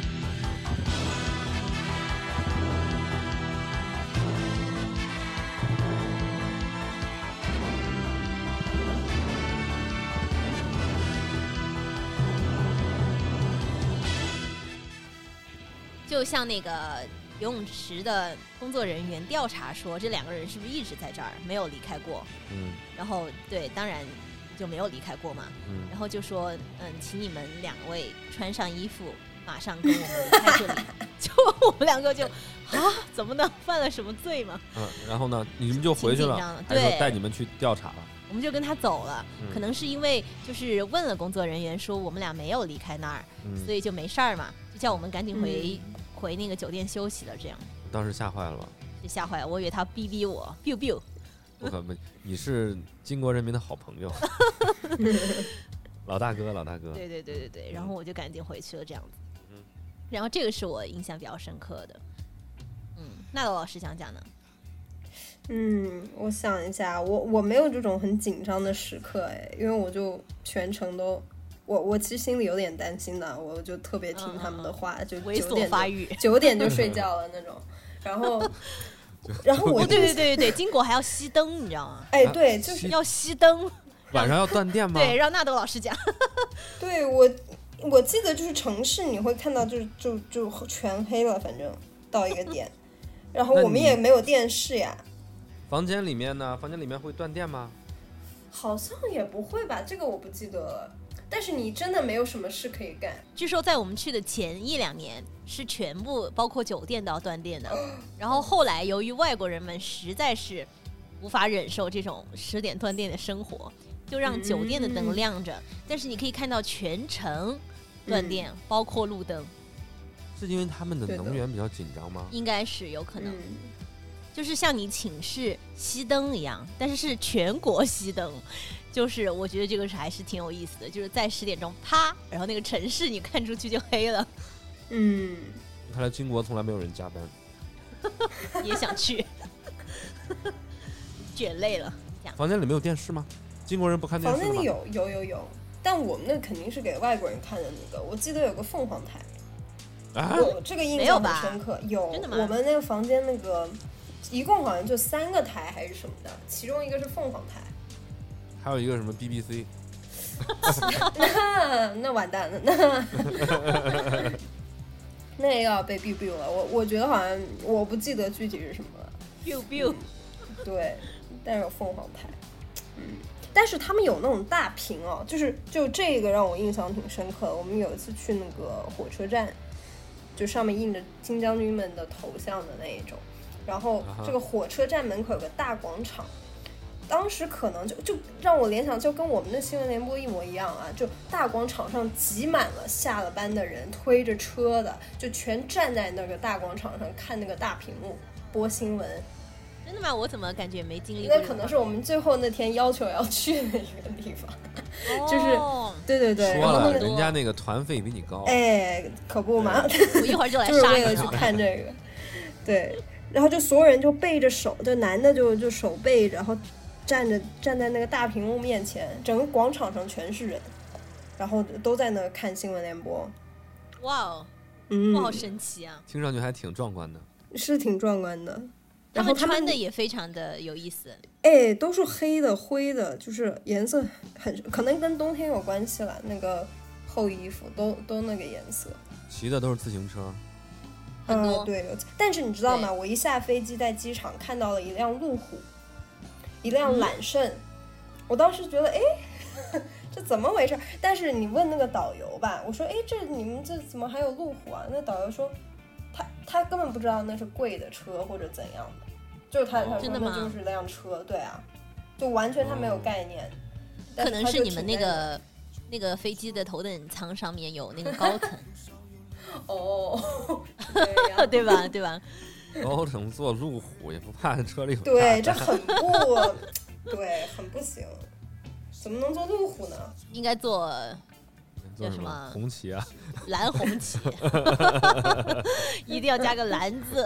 就像那个游泳池的工作人员调查说，这2个人是不是一直在这儿没有离开过？然后对，当然就没有离开过嘛。然后就说，请你们2位穿上衣服，马上跟我们离开这里。就我们2个就怎么的，犯了什么罪吗？ 然后呢，你们就回去了，还说带你们去调查了。 我们就跟他走了，可能是因为就是问了工作人员说我们俩没有离开那儿，所以就没事儿嘛，就叫我们赶紧回那个酒店休息了。这样当时吓坏了吧？ 就吓坏了，我以为他逼逼我 biu biu。 不可能，你是金国人民的好朋友。老大哥。 对，然后我就赶紧回去了这样子。然后这个是我印象比较深刻的。那老师讲讲呢？ 我想一下，我没有这种很紧张的时刻，因为我就全程都，我其实心里有点担心的，我就特别听他们的话，就猥琐发育 ，9点就睡觉了那种，然后我对，金国还要熄灯，你知道吗？ 对，就是要熄灯， 晚上要断电吗？ 对，让纳豆老师讲。 对，我记得就是城市你会看到就全黑了，反正到一个点，然后我们也没有电视呀。 房间里面呢？房间里面会断电吗？ 好像也不会吧，这个我不记得了。但是你真的没有什么事可以干。 据说在我们去的前1-2年是全部包括酒店都要断电的，然后后来由于外国人们实在是无法忍受这种10点断电的生活，就让酒店的灯亮着，但是你可以看到全程断电，包括路灯。 是因为他们的能源比较紧张吗？ 应该是有可能。就是像你寝室熄灯一样，但是是全国熄灯，就是我觉得这个还是挺有意思的，就是在10点钟啪，然后那个城市你看出去就黑了。 看来金国从来没有人加班。 也想去。卷累了。 房间里没有电视吗？金国人不看电视吗？ 房间里有，但我们那肯定是给外国人看的那个，我记得有个凤凰台。这个印象很深刻。有， 真的吗？ 我们那个房间那个一共好像就3个台还是什么的，其中一个是凤凰台， 还有一个什么 BBC。 那完蛋了，那也要被 biu biu 了。我觉得好像我不记得具体是什么了。 biu biu。 对，但是有凤凰台。但是他们有那种大屏哦，就这个让我印象挺深刻的。我们有一次去那个火车站，就上面印着金将军们的头像的那一种，然后这个火车站门口有个大广场，当时可能就让我联想，就跟我们的新闻联播一模一样啊，就大广场上挤满了下了班的人，推着车的，就全站在那个大广场上看那个大屏幕播新闻。 真的吗？我怎么感觉没经历过？ 那可能是我们最后那天要求要去的一个地方。就是对， 说了人家那个团费比你高， 可不嘛， 我一会儿就来就是为了去看这个。对，然后就所有人就背着手，就男的就手背着，然后站在那个大屏幕面前，整个广场上全是人，然后都在那看新闻联播。 哇哦，好神奇啊！ 听上去还挺壮观的， 是挺壮观的。 然后他们穿的也非常的有意思， 都是黑的灰的，就是颜色很可能跟冬天有关系了。那个厚衣服都那个颜色， 骑的都是自行车， 很多。 对，但是你知道吗？我一下飞机在机场看到了一辆路虎，一辆揽胜，我当时觉得这怎么回事？但是你问那个导游吧，我说你们这怎么还有路虎啊？那导游说他根本不知道那是贵的车或者怎样的。就是他说那就是辆车，对啊，就完全他没有概念。 可能是你们那个飞机的头等舱上面有那个高层。对吧？ 高层坐路虎也不怕车里有。 对，这很不行，怎么能坐路虎呢？ 应该坐叫什么红旗啊， 蓝红旗，一定要加个蓝字。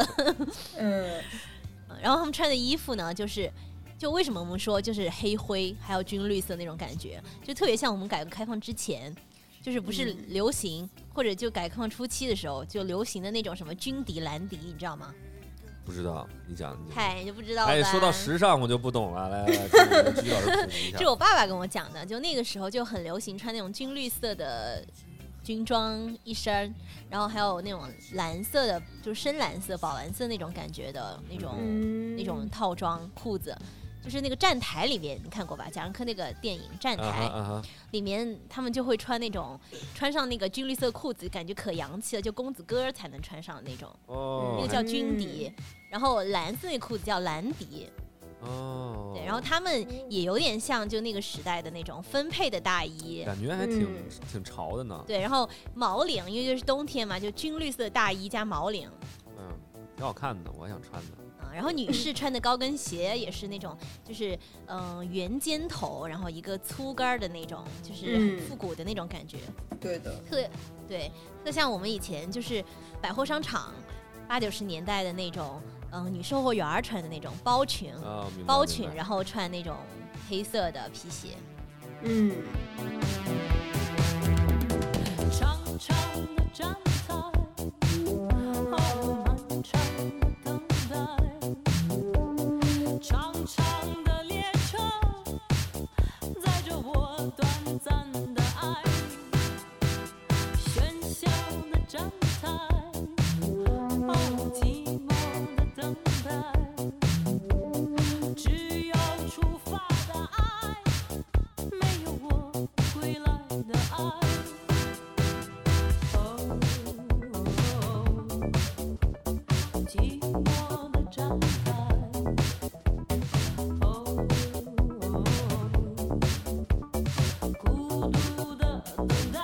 然后他们穿的衣服呢，就为什么我们说就是黑灰还有军绿色那种感觉，就特别像我们改革开放之前，就是不是流行，或者就改革开放初期的时候就流行的那种什么军笛蓝笛，你知道吗？ 不知道，你讲。 嗨，你就不知道吧？ 说到时尚我就不懂了，来，居老师普及一下。 这是我爸爸跟我讲的，就那个时候就很流行穿那种军绿色的军装一身，然后还有那种蓝色的，就是深蓝色、宝蓝色那种感觉的那种套装裤子。就是那个站台里面，你看过吧？贾樟柯那个电影《站台》里面，他们就会穿上那个军绿色裤子，感觉可洋气了，就公子哥才能穿上那种。那个叫军笛，然后蓝色那裤子叫蓝笛。对，然后他们也有点像就那个时代的那种分配的大衣， 感觉还挺潮的呢。 对，然后毛领，因为就是冬天嘛，就军绿色的大衣加毛领。 挺好看的，我还想穿的。 然后女士穿的高跟鞋也是那种，就是圆尖头，然后一个粗跟的那种，就是很复古的那种感觉。 对的， 特像我们以前就是百货商场80、90年代的那种，女售货员穿的那种包裙，包裙，然后穿那种黑色的皮鞋。长长的站台，漫长的等待，长长的列车载着我短暂的爱，喧嚣的站台，寂寞的等待，只有出发的爱，没有我归来的爱。寂寞的站台，孤独的等待，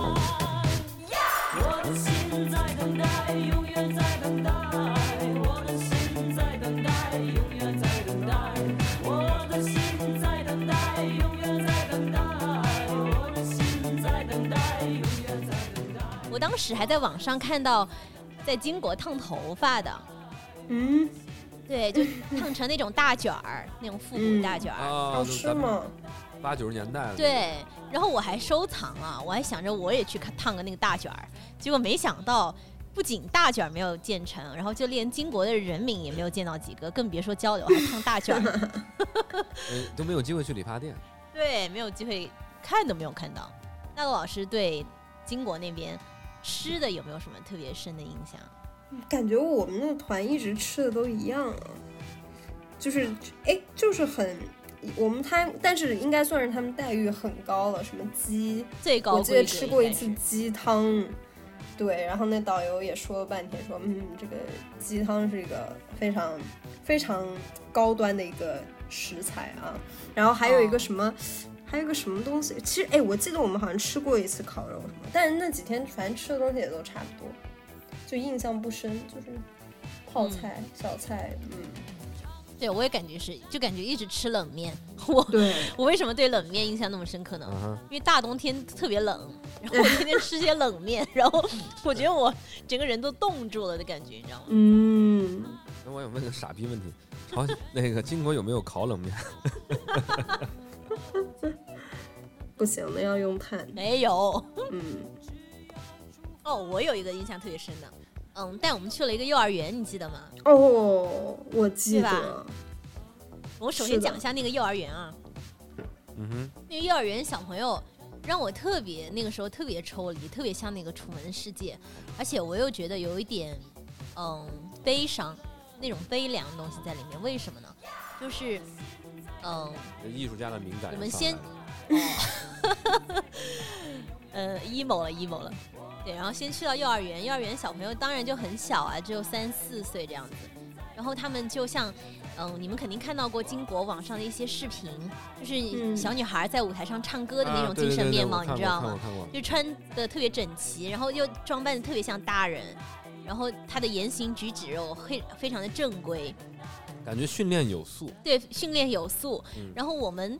我的心在等待，永远在等待，我的心在等待，永远在等待，我的心在等待，永远在等待，我的心在等待，永远在等待。我当时还在网上看到在金国烫头发的，对，就烫成那种大卷儿，那种复古大卷儿。 是吗 ？80、90年代的。 对，然后我还收藏了，我还想着我也去烫个那个大卷儿，结果没想到，不仅大卷儿没有建成，然后就连金国的人民也没有见到几个，更别说交流，还烫大卷儿。 都没有机会去理发店。 对，没有机会看都没有看到。大陆老师对金国那边吃的有没有什么特别深的印象？ 感觉我们那团一直吃的都一样啊，就是很但是应该算是他们待遇很高了，什么鸡最高， 我记得吃过一次鸡汤，对，然后那导游也说了半天，说这个鸡汤是一个非常非常高端的一个食材啊，然后还有一个什么。还有个什么东西，其实我记得我们好像吃过一次烤肉什么，但是那几天反正吃的东西也都差不多，就印象不深，就是泡菜、小菜， 对，我也感觉是，就感觉一直吃冷面。我为什么对冷面印象那么深刻呢？因为大冬天特别冷，然后我天天吃些冷面，然后我觉得我整个人都冻住了的感觉，你知道吗？ 那我想问个傻逼问题，那个金国有没有烤冷面？ 不行了，要用炭。 没有。我有一个印象特别深的，带我们去了一个幼儿园，你记得吗？ 我记得。 我首先讲一下那个幼儿园啊。那个幼儿园小朋友让我那个时候特别抽离，特别像那个楚门的世界，而且我又觉得有一点悲伤，那种悲凉的东西在里面。为什么呢？就是艺术家的敏感。 我们先emo 了，对，然后先去到幼儿园，幼儿园小朋友当然就很小啊，只有3、4岁这样子，然后他们就像你们肯定看到过金国网上的一些视频，就是小女孩在舞台上唱歌的那种精神面貌，你知道吗？就穿的特别整齐，然后又装扮的特别像大人，然后她的言行举止又非常的正规， 感觉训练有素。 对，训练有素。然后我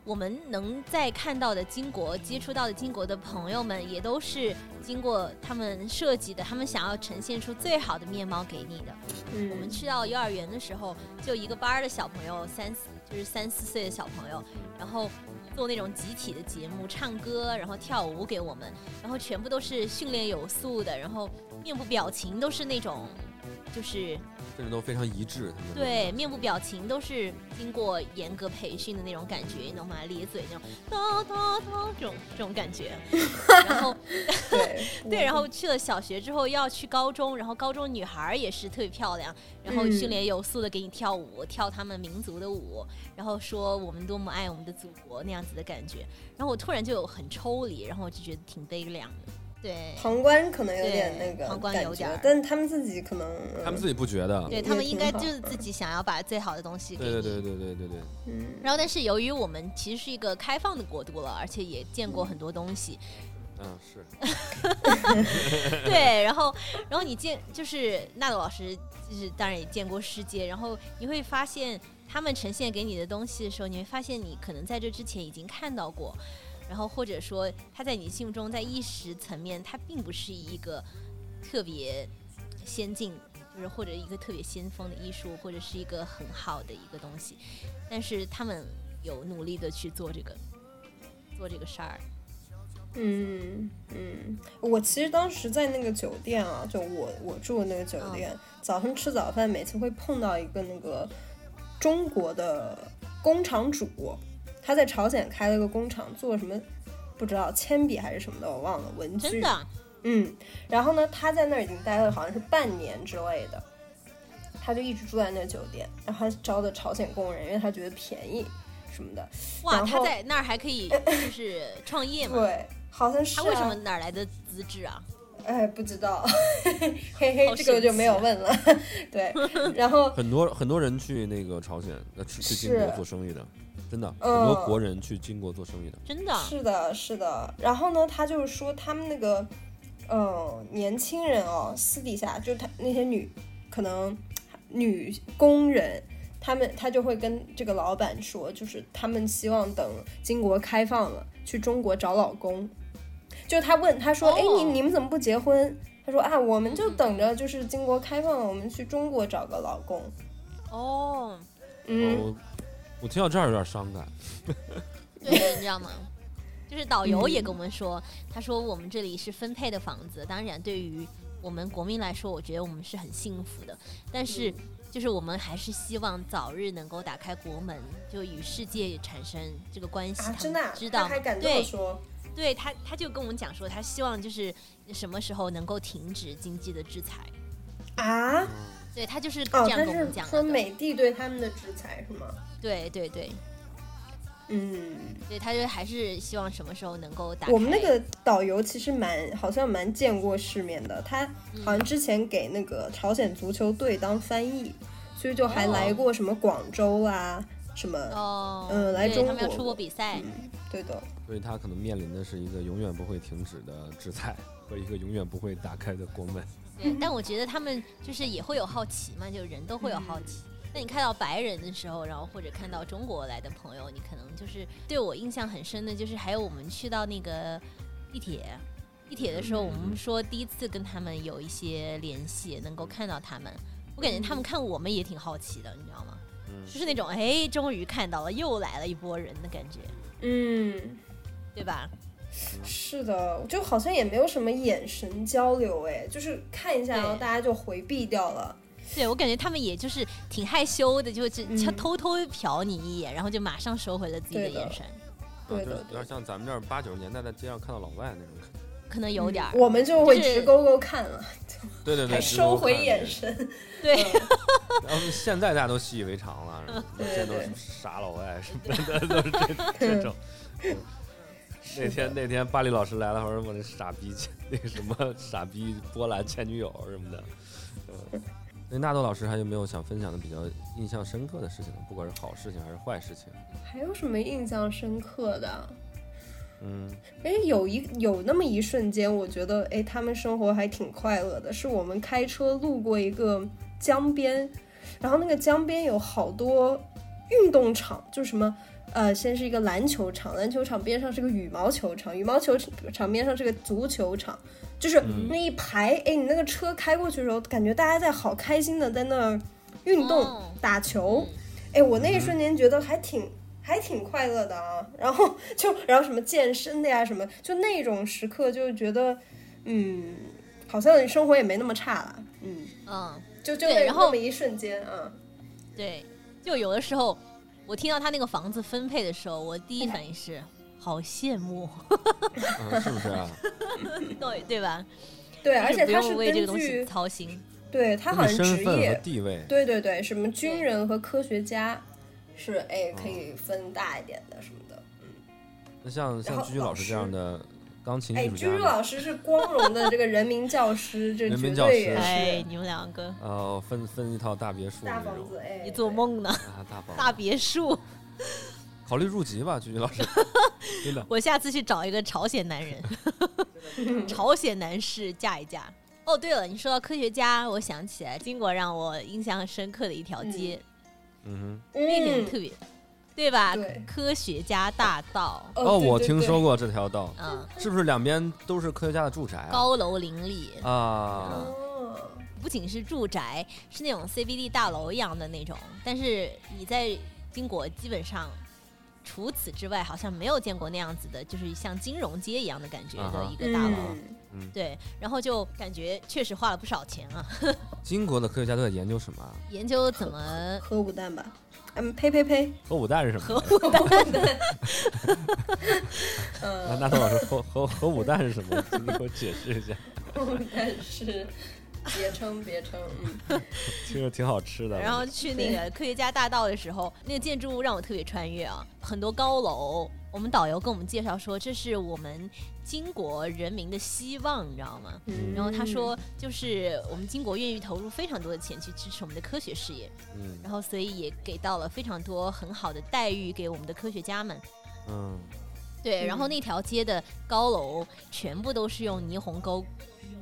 我们能在看到的金国接触到的金国的朋友们，也都是经过他们设计的，他们想要呈现出最好的面貌给你的。我们去到幼儿园的时候，就一个班的小朋友3、4岁的小朋友，然后做那种集体的节目，唱歌，然后跳舞给我们，然后全部都是训练有素的，然后面部表情都是那种就是甚至都非常一致，他们对，面部表情都是经过严格培训的那种感觉，你懂吗？咧嘴那种哒哒哒这种感觉。然后对，然后去了小学之后要去高中，然后高中女孩也是特别漂亮，然后训练有素的给你跳舞，跳他们民族的舞，然后说我们多么爱我们的祖国那样子的感觉。然后我突然就很抽离，然后我就觉得挺悲凉的。对， 旁观可能有点那个旁观有点， 但他们自己可能他们自己不觉得， 对他们应该就是自己想要把最好的东西给你。 对， 然后但是由于我们其实是一个开放的国度了，而且也见过很多东西。 是。 对，然后你就是纳豆老师，就是当然也见过世界，然后你会发现他们呈现给你的东西的时候，你会发现你可能在这之前已经看到过。然后或者说它在你心目中在意识层面它并不是一个特别先进，就是或者一个特别先锋的艺术，或者是一个很好的一个东西，但是他们有努力的去做这个事儿。 我其实当时在那个酒店啊，就我住的那个酒店，早上吃早饭每次会碰到一个那个中国的工厂主，他在朝鲜开了个工厂，做什么不知道，铅笔还是什么的，我忘了，文具。 真的？ 然后呢，他在那儿已经待了好像是半年之类的，他就一直住在那酒店，然后他招的朝鲜工人，因为他觉得便宜什么的。 哇，他在那儿还可以就是创业吗？ 对，好像是。 他为什么哪来的资质啊？ 不知道，嘿嘿，这个我就没有问了。对，然后很多人去那个朝鲜，去金国做生意的。真的，很多国人去金国做生意的， 真的是的。然后呢，他就是说他们那个，年轻人哦，私底下就他那些可能女工人，他就会跟这个老板说，就是他们希望等金国开放了，去中国找老公。就他问他说，你们怎么不结婚？他说啊，我们就等着就是金国开放了，我们去中国找个老公。 我听到这儿有点伤感。 对，你知道吗？就是导游也跟我们说，他说我们这里是分配的房子，当然对于我们国民来说，我觉得我们是很幸福的，但是就是我们还是希望早日能够打开国门，就与世界产生这个关系。 真的？ 知道吗？ 他还敢这么说？ 对，他就跟我们讲说，他希望就是什么时候能够停止经济的制裁啊？ 对，他就是这样跟我们讲的。 说美帝对他们的制裁是吗？ 对，对，他就还是希望什么时候能够打开。 我们那个导游其实好像蛮见过世面的，他好像之前给那个朝鲜足球队当翻译，所以就还来过什么广州啊，什么来中国， 他们要出国比赛。 对的。 所以他可能面临的是一个永远不会停止的制裁和一个永远不会打开的国门。 对，但我觉得他们就是也会有好奇嘛，就人都会有好奇。那你看到白人的时候，然后或者看到中国来的朋友，你可能就是对我印象很深的，就是还有我们去到那个地铁的时候，我们说第一次跟他们有一些联系，能够看到他们，我感觉他们看我们也挺好奇的，你知道吗？就是那种终于看到了，又来了一波人的感觉。对吧？ 是的，就好像也没有什么眼神交流，就是看一下，然后大家就回避掉了。 对，我感觉他们也就是挺害羞的，就偷偷瞟你一眼，然后就马上收回了自己的眼神。 对的， 有点像咱们这儿80、90年代在街上看到老外那种。 可能有点， 我们就会直勾勾看了， 对， 还收回眼神。 对， 然后现在大家都习以为常了，现在都是傻老外什么的，都是这种。那天巴黎老师来了，说我那傻逼那个什么傻逼波兰前女友什么的。那纳豆老师还有没有想分享的比较印象深刻的事情？不管是好事情还是坏事情？ 还有什么印象深刻的？有那么一瞬间，我觉得他们生活还挺快乐的。是我们开车路过一个江边，然后那个江边有好多运动场，就什么先是一个篮球场，篮球场边上是个羽毛球场，羽毛球场边上是个足球场，就是那一排，你那个车开过去的时候，感觉大家在好开心的在那儿运动、打球，我那一瞬间觉得还挺快乐的啊。然后什么健身的呀，什么就那种时刻，就觉得好像生活也没那么差了，就那么一瞬间啊， 对，就有的时候。我听到他那个房子分配的时候，我第一反应是好羡慕， 是不是啊？ 对吧？ 对，而且他是不用为这个东西操心。 对，他好像职业和地位， 对，什么军人和科学家是可以分大一点的什么的。 那像居居老师这样的钢琴艺术家， 居居老师是光荣的这个人民教师，这人民教师， 你们两个分一套大别墅， 大房子， 你做梦呢？大别墅， 考虑入籍吧，居居老师。真的， 我下次去找一个朝鲜男人，朝鲜男士嫁一嫁。哦，对了，你说到科学家，我想起来金国让我印象深刻的一条街，那个很特别。对吧？ 对， 科学家大道。 我听说过这条道。是不是两边都是科学家的住宅啊？ 高楼林立啊。 不仅是住宅，是那种 CBD 大楼一样的那种。但是你在金国基本上，除此之外，好像没有见过那样子的，就是像金融街一样的感觉的一个大楼。对，然后就感觉确实花了不少钱啊。 金国的科学家都在研究什么？ 研究怎么核武弹吧。呸！ 核武弹是什么？ 核武弹。 那董老师，核武弹是什么？你给我解释一下。 核武弹是别称， 听着挺好吃的。 然后去那个科学家大道的时候，那个建筑物让我特别穿越啊，很多高楼。我们导游跟我们介绍说，这是我们金国人民的希望，你知道吗？然后他说，就是我们金国愿意投入非常多的钱去支持我们的科学事业，然后所以也给到了非常多很好的待遇给我们的科学家们。对，然后那条街的高楼全部都是用霓虹灯，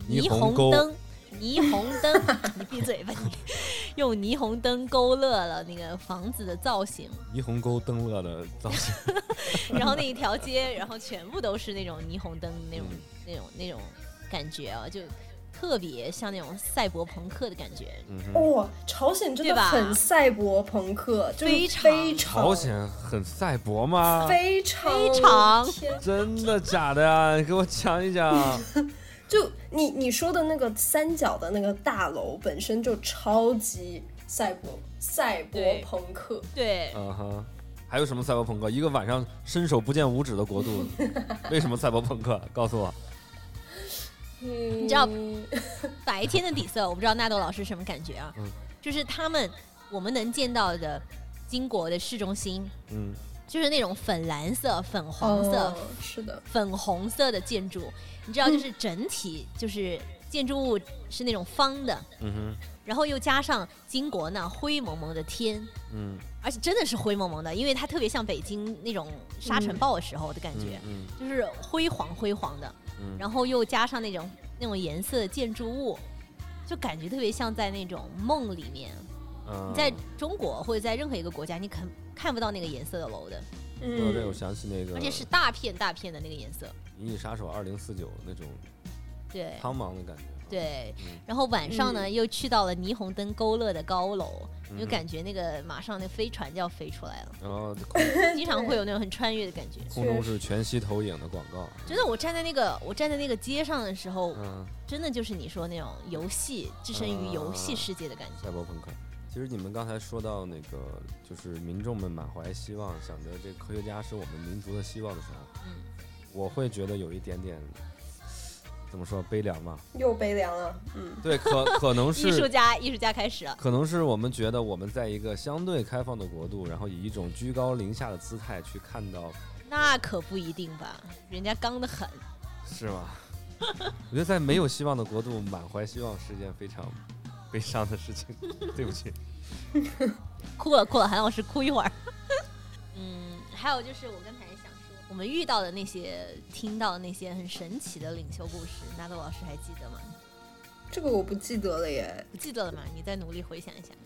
你闭嘴吧你！用霓虹灯勾勒了那个房子的造型， 霓虹勾灯勒的造型。 然后那一条街，然后全部都是那种霓虹灯那种感觉啊，就特别像那种赛博朋克的感觉。 朝鲜真的很赛博朋克， 非常。 朝鲜很赛博吗？ 非常。 真的假的呀？你给我讲一讲。 就你说的那个三角的那个大楼本身就超级赛博朋克。 对。 还有什么赛博朋克？一个晚上伸手不见五指的国度，为什么赛博朋克？告诉我。 你知道白天的底色，我不知道纳豆老师什么感觉啊？就是我们能见到的金国的市中心，就是那种粉蓝色、粉黄色， 是的， 粉红色的建筑。你知道，就是整体就是建筑物是那种方的，然后又加上金国那灰蒙蒙的天，而且真的是灰蒙蒙的，因为它特别像北京那种沙尘暴的时候的感觉，就是灰黄的，然后又加上那种颜色的建筑物，就感觉特别像在那种梦里面。你在中国或者在任何一个国家，你看不到那个颜色的楼的。 说这我想起那个， 而且是大片大片的那个颜色， 《银翼杀手2049》那种， 对， 苍茫的感觉。 对，然后晚上呢，又去到了霓虹灯勾勒的高楼，你就感觉那个马上那飞船就要飞出来了， 然后经常会有那种很穿越的感觉。 空中是全息投影的广告。 真的，我站在那个街上的时候，真的就是你说那种游戏置身于游戏世界的感觉。 赛博朋克。其实你们刚才说到那个，就是民众们满怀希望，想着这科学家是我们民族的希望的时候，我会觉得有一点点，怎么说，悲凉嘛？ 又悲凉了， 对，可能是艺术家开始了， 可能是我们觉得我们在一个相对开放的国度，然后以一种居高临下的姿态去看到， 那可不一定吧？人家刚得很， 是吗？我觉得在没有希望的国度，满怀希望是一件非常悲伤的事情。对不起。 哭了，韩老师哭一会儿。还有就是我刚才想说，我们遇到的那些、听到的那些很神奇的领袖故事，纳豆老师还记得吗？ 这个我不记得了耶。 不记得了吗？你再努力回想一下。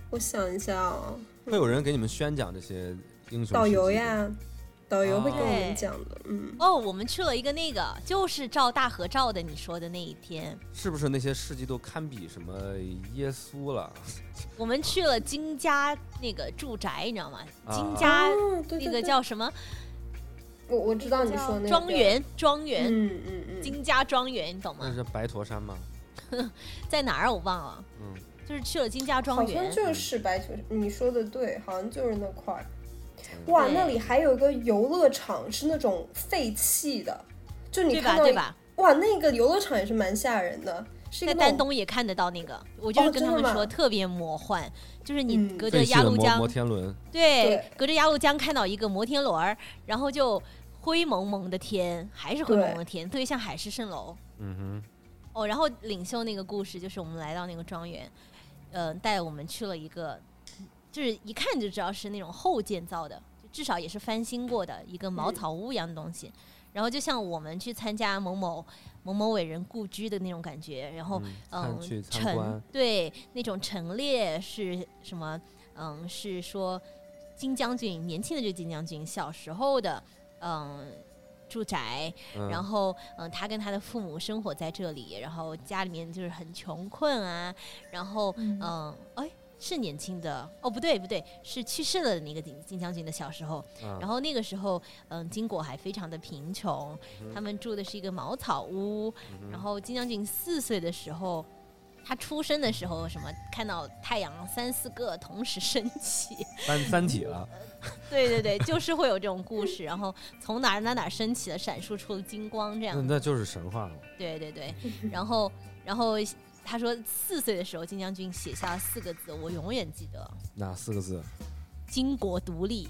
我想一下啊， 会有人给你们宣讲这些英雄？ 导游呀，导游会跟我们讲的。 我们去了一个那个，就是照大合照的，你说的那一天， 是不是那些事迹都堪比什么耶稣了？ 我们去了金家那个住宅，你知道吗？金家那个叫什么？ 我知道你说那个庄园，金家庄园，你懂吗？ 那是白驼山吗？ 在哪儿我忘了，就是去了金家庄园， 好像就是白驼，你说的对，好像就是那块儿。哇，那里还有一个游乐场，是那种废弃的，就你看到对吧？ 哇，那个游乐场也是蛮吓人的，是一个在丹东也看得到那个，我就是跟他们说特别魔幻，就是你隔着鸭绿江， 摩天轮， 对，隔着鸭绿江看到一个摩天轮，然后就灰蒙蒙的天，还是灰蒙蒙的天，特别像海市蜃楼。然后领袖那个故事就是我们来到那个庄园，带我们去了一个，就是一看就知道是那种后建造的，至少也是翻新过的一个茅草屋一样的东西。然后就像我们去参加某某伟人故居的那种感觉，然后对那种陈列是什么？是说金将军年轻的这个金将军小时候的住宅，然后他跟他的父母生活在这里，然后家里面就是很穷困啊，然后是年轻的不对，是去世了的那个金将军的小时候，然后那个时候金国还非常的贫穷，他们住的是一个茅草屋，然后金将军4岁的时候，他出生的时候什么看到太阳3、4个同时升起， 三体了。 对，就是会有这种故事，然后从哪儿升起了，闪烁出了金光，这样那就是神话了。 对，然后他说4岁的时候，金将军写下了4个字，我永远记得。 哪4个字？ 巾帼独立。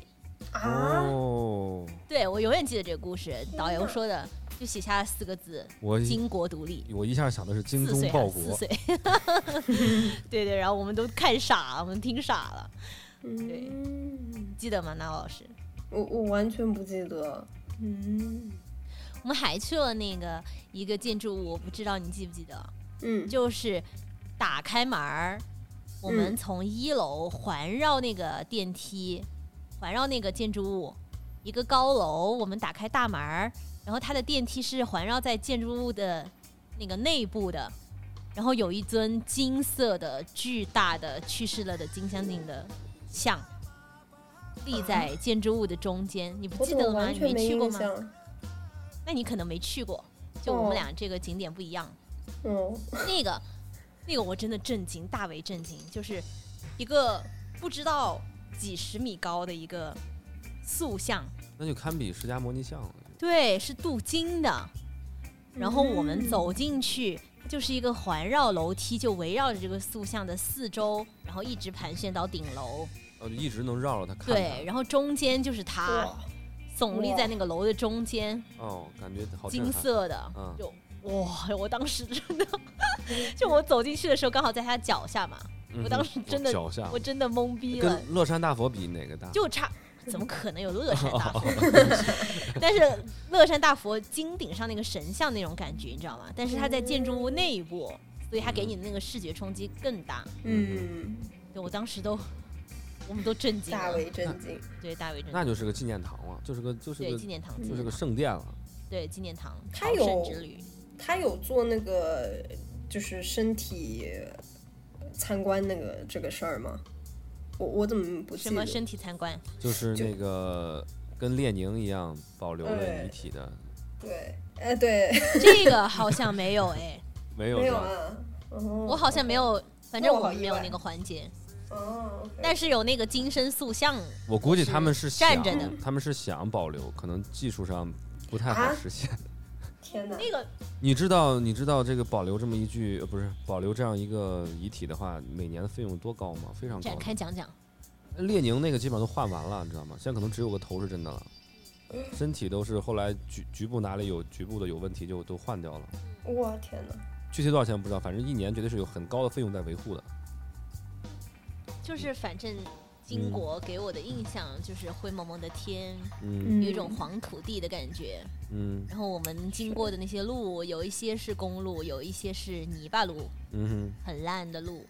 对，我永远记得这个故事，导游说的，就写下了4个字，巾帼独立。 我一下想的是精忠报国。4 岁。对，然后我们都看傻了，我们听傻了。对，记得吗，那老师？ 我完全不记得。 我们还去了那个一个建筑物，我不知道你记不记得？就是打开门儿，我们从1楼环绕那个电梯，环绕那个建筑物，一个高楼，我们打开大门儿，然后它的电梯是环绕在建筑物的那个内部的，然后有一尊金色的巨大的去世了的金将军的像立在建筑物的中间，你不记得了吗？你没去过吗？那你可能没去过，就我们俩这个景点不一样。那个我真的震惊，大为震惊，就是一个不知道几10米高的一个塑像， 那就堪比释迦摩尼像了。 对，是镀金的。然后我们走进去，就是一个环绕楼梯，就围绕着这个塑像的4周，然后一直盘旋到顶楼。 就一直能绕着它看。 对，然后中间就是它耸立在那个楼的中间。 感觉好金色的，就我当时真的，就我走进去的时候刚好在他脚下嘛，我当时真的，我真的懵逼了。 跟乐山大佛比哪个大？ 就差。怎么可能有乐山大佛？但是乐山大佛金顶上那个神像那种感觉，你知道吗？但是它在建筑物内部，所以它给你的那个视觉冲击更大。对，我当时我们都震惊了， 大为震惊。 对，大为震惊。 那就是个纪念堂了，就是个纪念堂， 就是个圣殿了。 对，纪念堂。 他有做那个就是身体参观这个事儿吗？我怎么不记得？ 什么身体参观？ 就是那个跟列宁一样保留了遗体的。 对，对， 这个好像没有没有啊， 我好像没有，反正我们没有那个环节。但是有那个金身塑像， 我估计他们是站着的， 他们是想保留，可能技术上不太好实现。 天哪！ 那个你知道这个保留这么一具不是保留这样一个遗体的话，每年的费用多高吗？非常高。 展开讲讲。 列宁那个基本上都换完了，你知道吗？现在可能只有个头是真的了，身体都是后来局部哪里有局部的有问题就都换掉了。 哇天哪！ 具体多少钱不知道，反正1年绝对是有很高的费用在维护的。 就是反正金国给我的印象就是灰蒙蒙的天，有一种黄土地的感觉。然后我们经过的那些路，有一些是公路，有一些是泥巴路，很烂的路。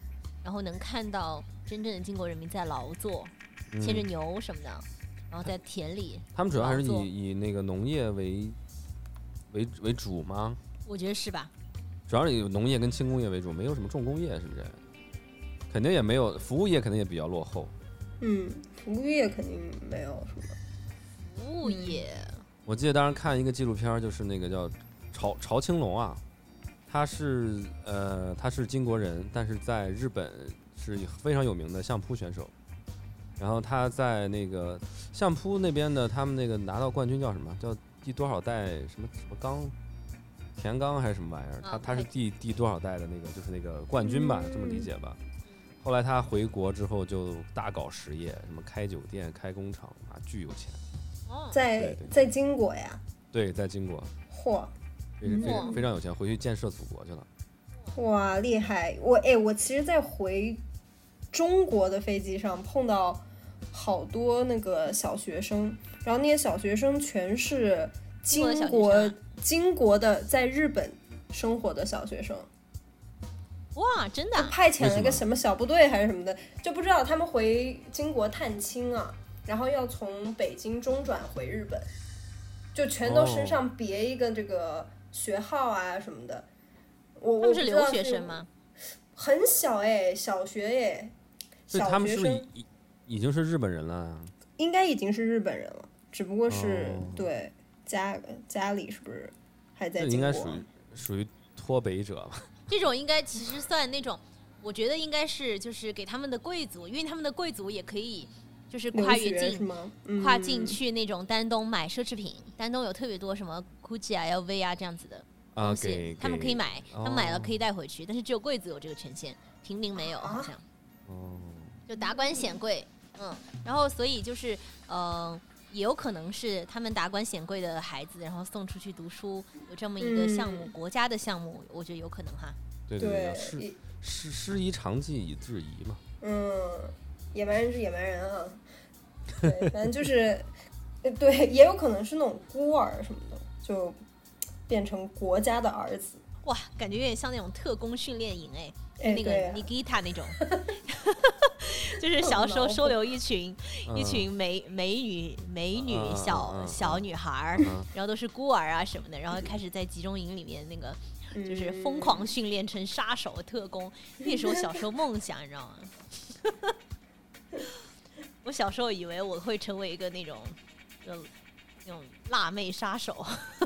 然后能看到真正的金国人民在劳作，牵着牛什么的，然后在田里。 他们主要还是以那个农业为主吗？ 我觉得是吧。 主要是以农业跟轻工业为主，没有什么重工业，是不是？肯定也没有，服务业肯定也比较落后。 服务业肯定没有什么。 服务业， 我记得当时看一个纪录片，就是那个叫朝青龙啊，他是金国人，但是在日本是非常有名的相扑选手。然后他在那个相扑那边的，他们那个拿到冠军叫什么？叫第多少代什么钢？田刚还是什么玩意儿？他是第多少代的那个，就是那个冠军吧，这么理解吧。后来他回国之后就大搞实业，什么开酒店、开工厂啊，巨有钱。 在金国呀？ 对，在金国。 嚯， 非常有钱，回去建设祖国去了。 哇，厉害！我其实，在回中国的飞机上碰到好多那个小学生，然后那些小学生全是金国的在日本生活的小学生。 哇，真的派遣了个什么小部队还是什么的，就不知道他们回金国探亲啊，然后要从北京中转回日本，就全都身上别一个这个学号啊什么的。 他们是留学生吗？ 很小小学所以他们是不是已经是日本人了？ 应该已经是日本人了，只不过是对家里是不是还在金国？ 应该属于脱北者吧。 这种应该其实算那种，我觉得应该是就是给他们的贵族，因为他们的贵族也可以就是跨越跨境去那种丹东买奢侈品。丹东有特别多什么 GUCCI 啊、LV 啊这样子的东西，他们可以买，他们买了可以带回去，但是只有贵族有这个权限，平民没有，好像。就达官显贵，然后所以就是也有可能是他们达官显贵的孩子，然后送出去读书，有这么一个项目，国家的项目，我觉得有可能哈。 对，师夷长技以制夷嘛。 野蛮人是野蛮人啊。对，反正就是对，也有可能是那种孤儿什么的，就变成国家的儿子。 哇，感觉有点像那种特工训练营那个 Nikita 那种。就是小时候收留一群美女小女孩，然后都是孤儿啊什么的，然后开始在集中营里面那个就是疯狂训练成杀手特工。那是我小时候梦想，你知道吗？我小时候以为我会成为一个那种辣妹杀手，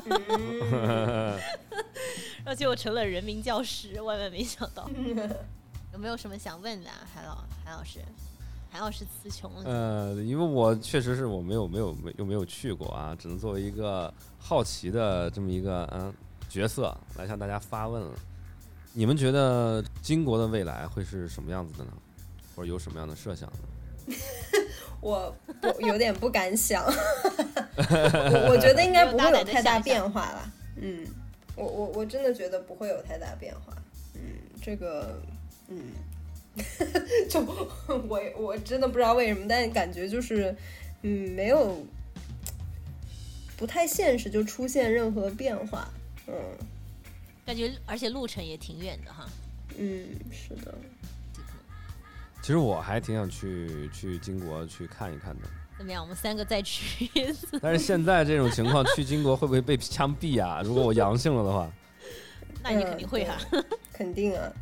然后结果成了人民教师，万万没想到。有没有什么想问的韩老师词穷了。 因为我确实是我没有去过啊，只能作为一个好奇的这么一个角色来向大家发问了。你们觉得金国的未来会是什么样子的呢？或者有什么样的设想呢？ 我有点不敢想。我觉得应该不会有太大变化了。我真的觉得不会有太大变化。这个就我真的不知道为什么，但感觉就是没有不太现实就出现任何变化。 感觉而且路程也挺远的哈。 是的。 其实我还挺想去金国去看一看的。 怎么样？我们3个再去一次。 但是现在这种情况，去金国会不会被枪毙啊？如果我阳性了的话， 那你肯定会哈。 肯定啊。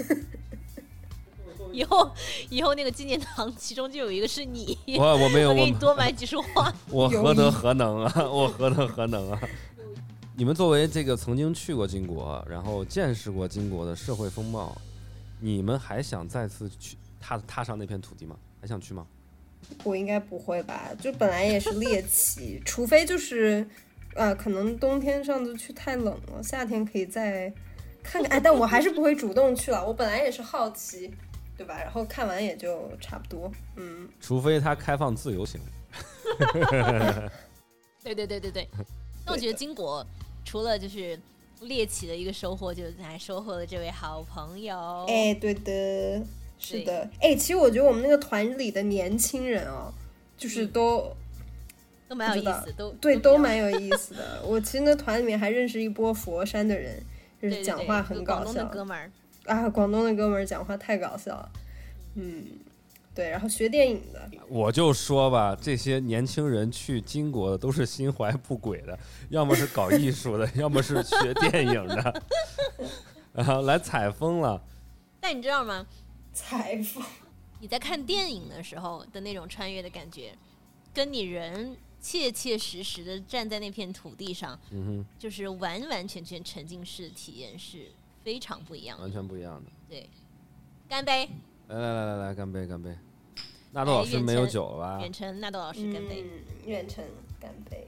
以后那个纪念堂其中就有一个是你。 我没有， 我给你多买几束花。 我何德何能啊！我何德何能啊！你们作为这个曾经去过金国，然后见识过金国的社会风貌，你们还想再次去踏上那片土地吗？还想去吗？ 我应该不会吧，就本来也是猎奇，除非就是可能冬天上次去太冷了，夏天可以再看看。但我还是不会主动去了，我本来也是好奇，对吧？然后看完也就差不多。 除非它开放自由行。 对。那我觉得金国除了就是猎奇的一个收获，就是还收获了这位好朋友。 对的，是的。其实我觉得我们那个团里的年轻人就是都蛮有意思， 都蛮有意思的。我其实那团里面还认识一波佛山的人，就是讲话很搞笑。 广东的哥们儿广东的哥们儿讲话太搞笑了。 对，然后学电影的。 我就说吧，这些年轻人去金国的都是心怀不轨的，要么是搞艺术的，要么是学电影的，然后来采风了。 但你知道吗？ 采风， 你在看电影的时候的那种穿越的感觉，跟你人切切实实的站在那片土地上，就是完完全全沉浸式的体验是非常不一样的， 完全不一样的。 对，干杯！ 来，干杯，干杯！纳豆老师没有酒了吧？ 远程，纳豆老师干杯！ 远程干杯！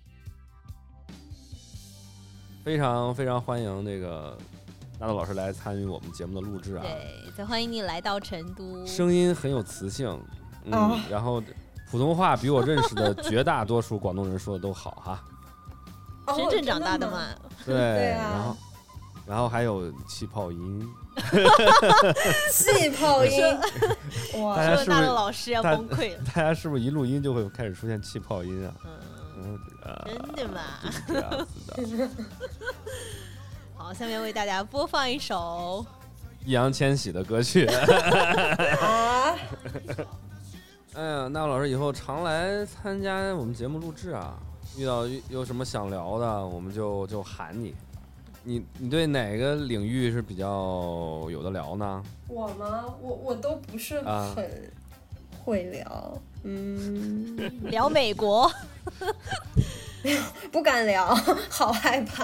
非常非常欢迎这个纳豆老师来参与我们节目的录制啊！ 对，再欢迎你来到成都。 声音很有磁性，然后普通话比我认识的绝大多数广东人说的都好哈。 深圳长大的嘛？ 对啊。然后还有气泡音。 气泡音， 哇！说纳豆老师要崩溃了。 大家是不是一录音就会开始出现气泡音啊？ 真的吗？ 这样子的。 好，下面为大家播放一首易烊千玺的歌曲。哎呀，纳豆老师以后常来参加我们节目录制啊，遇到有什么想聊的，我们就喊你。你对哪个领域是比较有的聊呢？ 我吗？我都不是很会聊， 聊美国， 不敢聊，好害怕。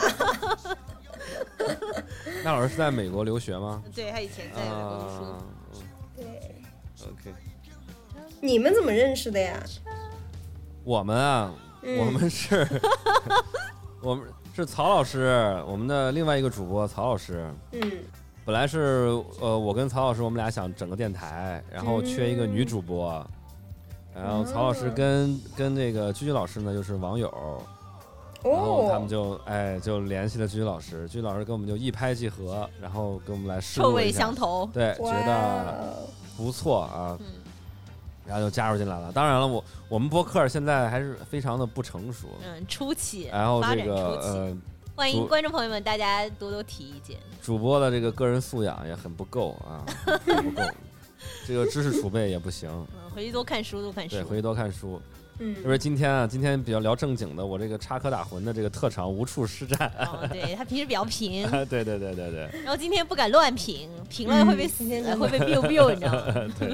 那老师是在美国留学吗？ 对，他以前在美国读书。 对 ，OK。 你们怎么认识的呀？ 我们啊，我们是，我们。是曹老师，我们的另外一个主播曹老师。本来是我跟曹老师我们俩想整个电台，然后缺一个女主播，然后曹老师跟那个居居老师呢又是网友，然后他们就联系了居居老师，居居老师跟我们就一拍即合，然后跟我们来试录一下， 臭味相投， 对，觉得不错啊。然后就加入进来了。当然了，我们播客现在还是非常的不成熟， 初期， 然后这个欢迎观众朋友们，大家多多提意见。 主播的这个个人素养也很不够啊，很不够，这个知识储备也不行。 回去多看书，多看书。 对，回去多看书。就是今天比较聊正经的，我这个插科打诨的这个特长无处施展。 对，他平时比较平。 对。 然后今天不敢乱评了会被biu biu，你知道吗？ 对。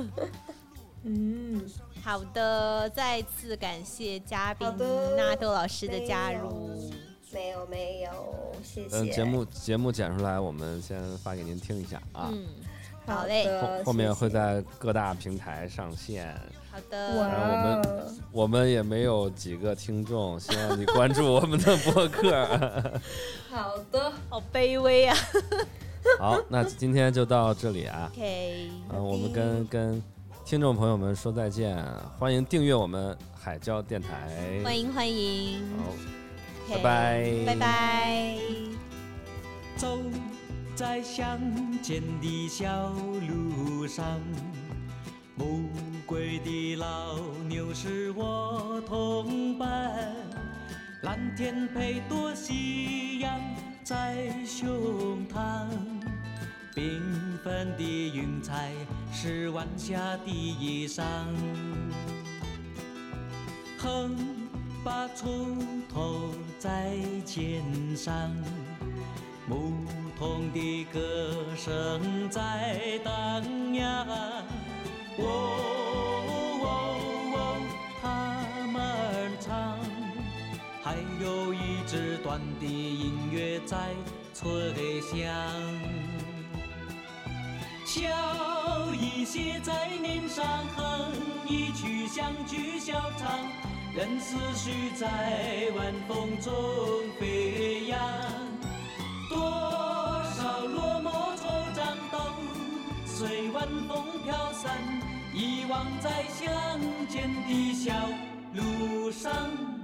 好的，再次感谢嘉宾纳豆老师的加入。 没有，谢谢。 节目剪出来，我们先发给您听一下啊。 好嘞。 后面会在各大平台上线。 好的。 然后我们也没有几个听众，希望你关注我们的播客。 好的。 好卑微啊。 好，那今天就到这里啊。 OK。 我们跟听众朋友们说再见，欢迎订阅我们海椒电台， 欢迎。 好，拜拜。 走在乡间的小路上，暮归的老牛是我同伴，蓝天配朵夕阳在胸膛，缤纷的云彩是晚霞的衣裳，横把锄头在肩上，牧童的歌声在荡漾。他们唱，还有一支短的音乐在吹响。笑意写在脸上，哼一曲相聚笑唱，任思绪在晚风中飞扬。多少落寞惆怅都随晚风飘散，遗忘在乡间的小路上。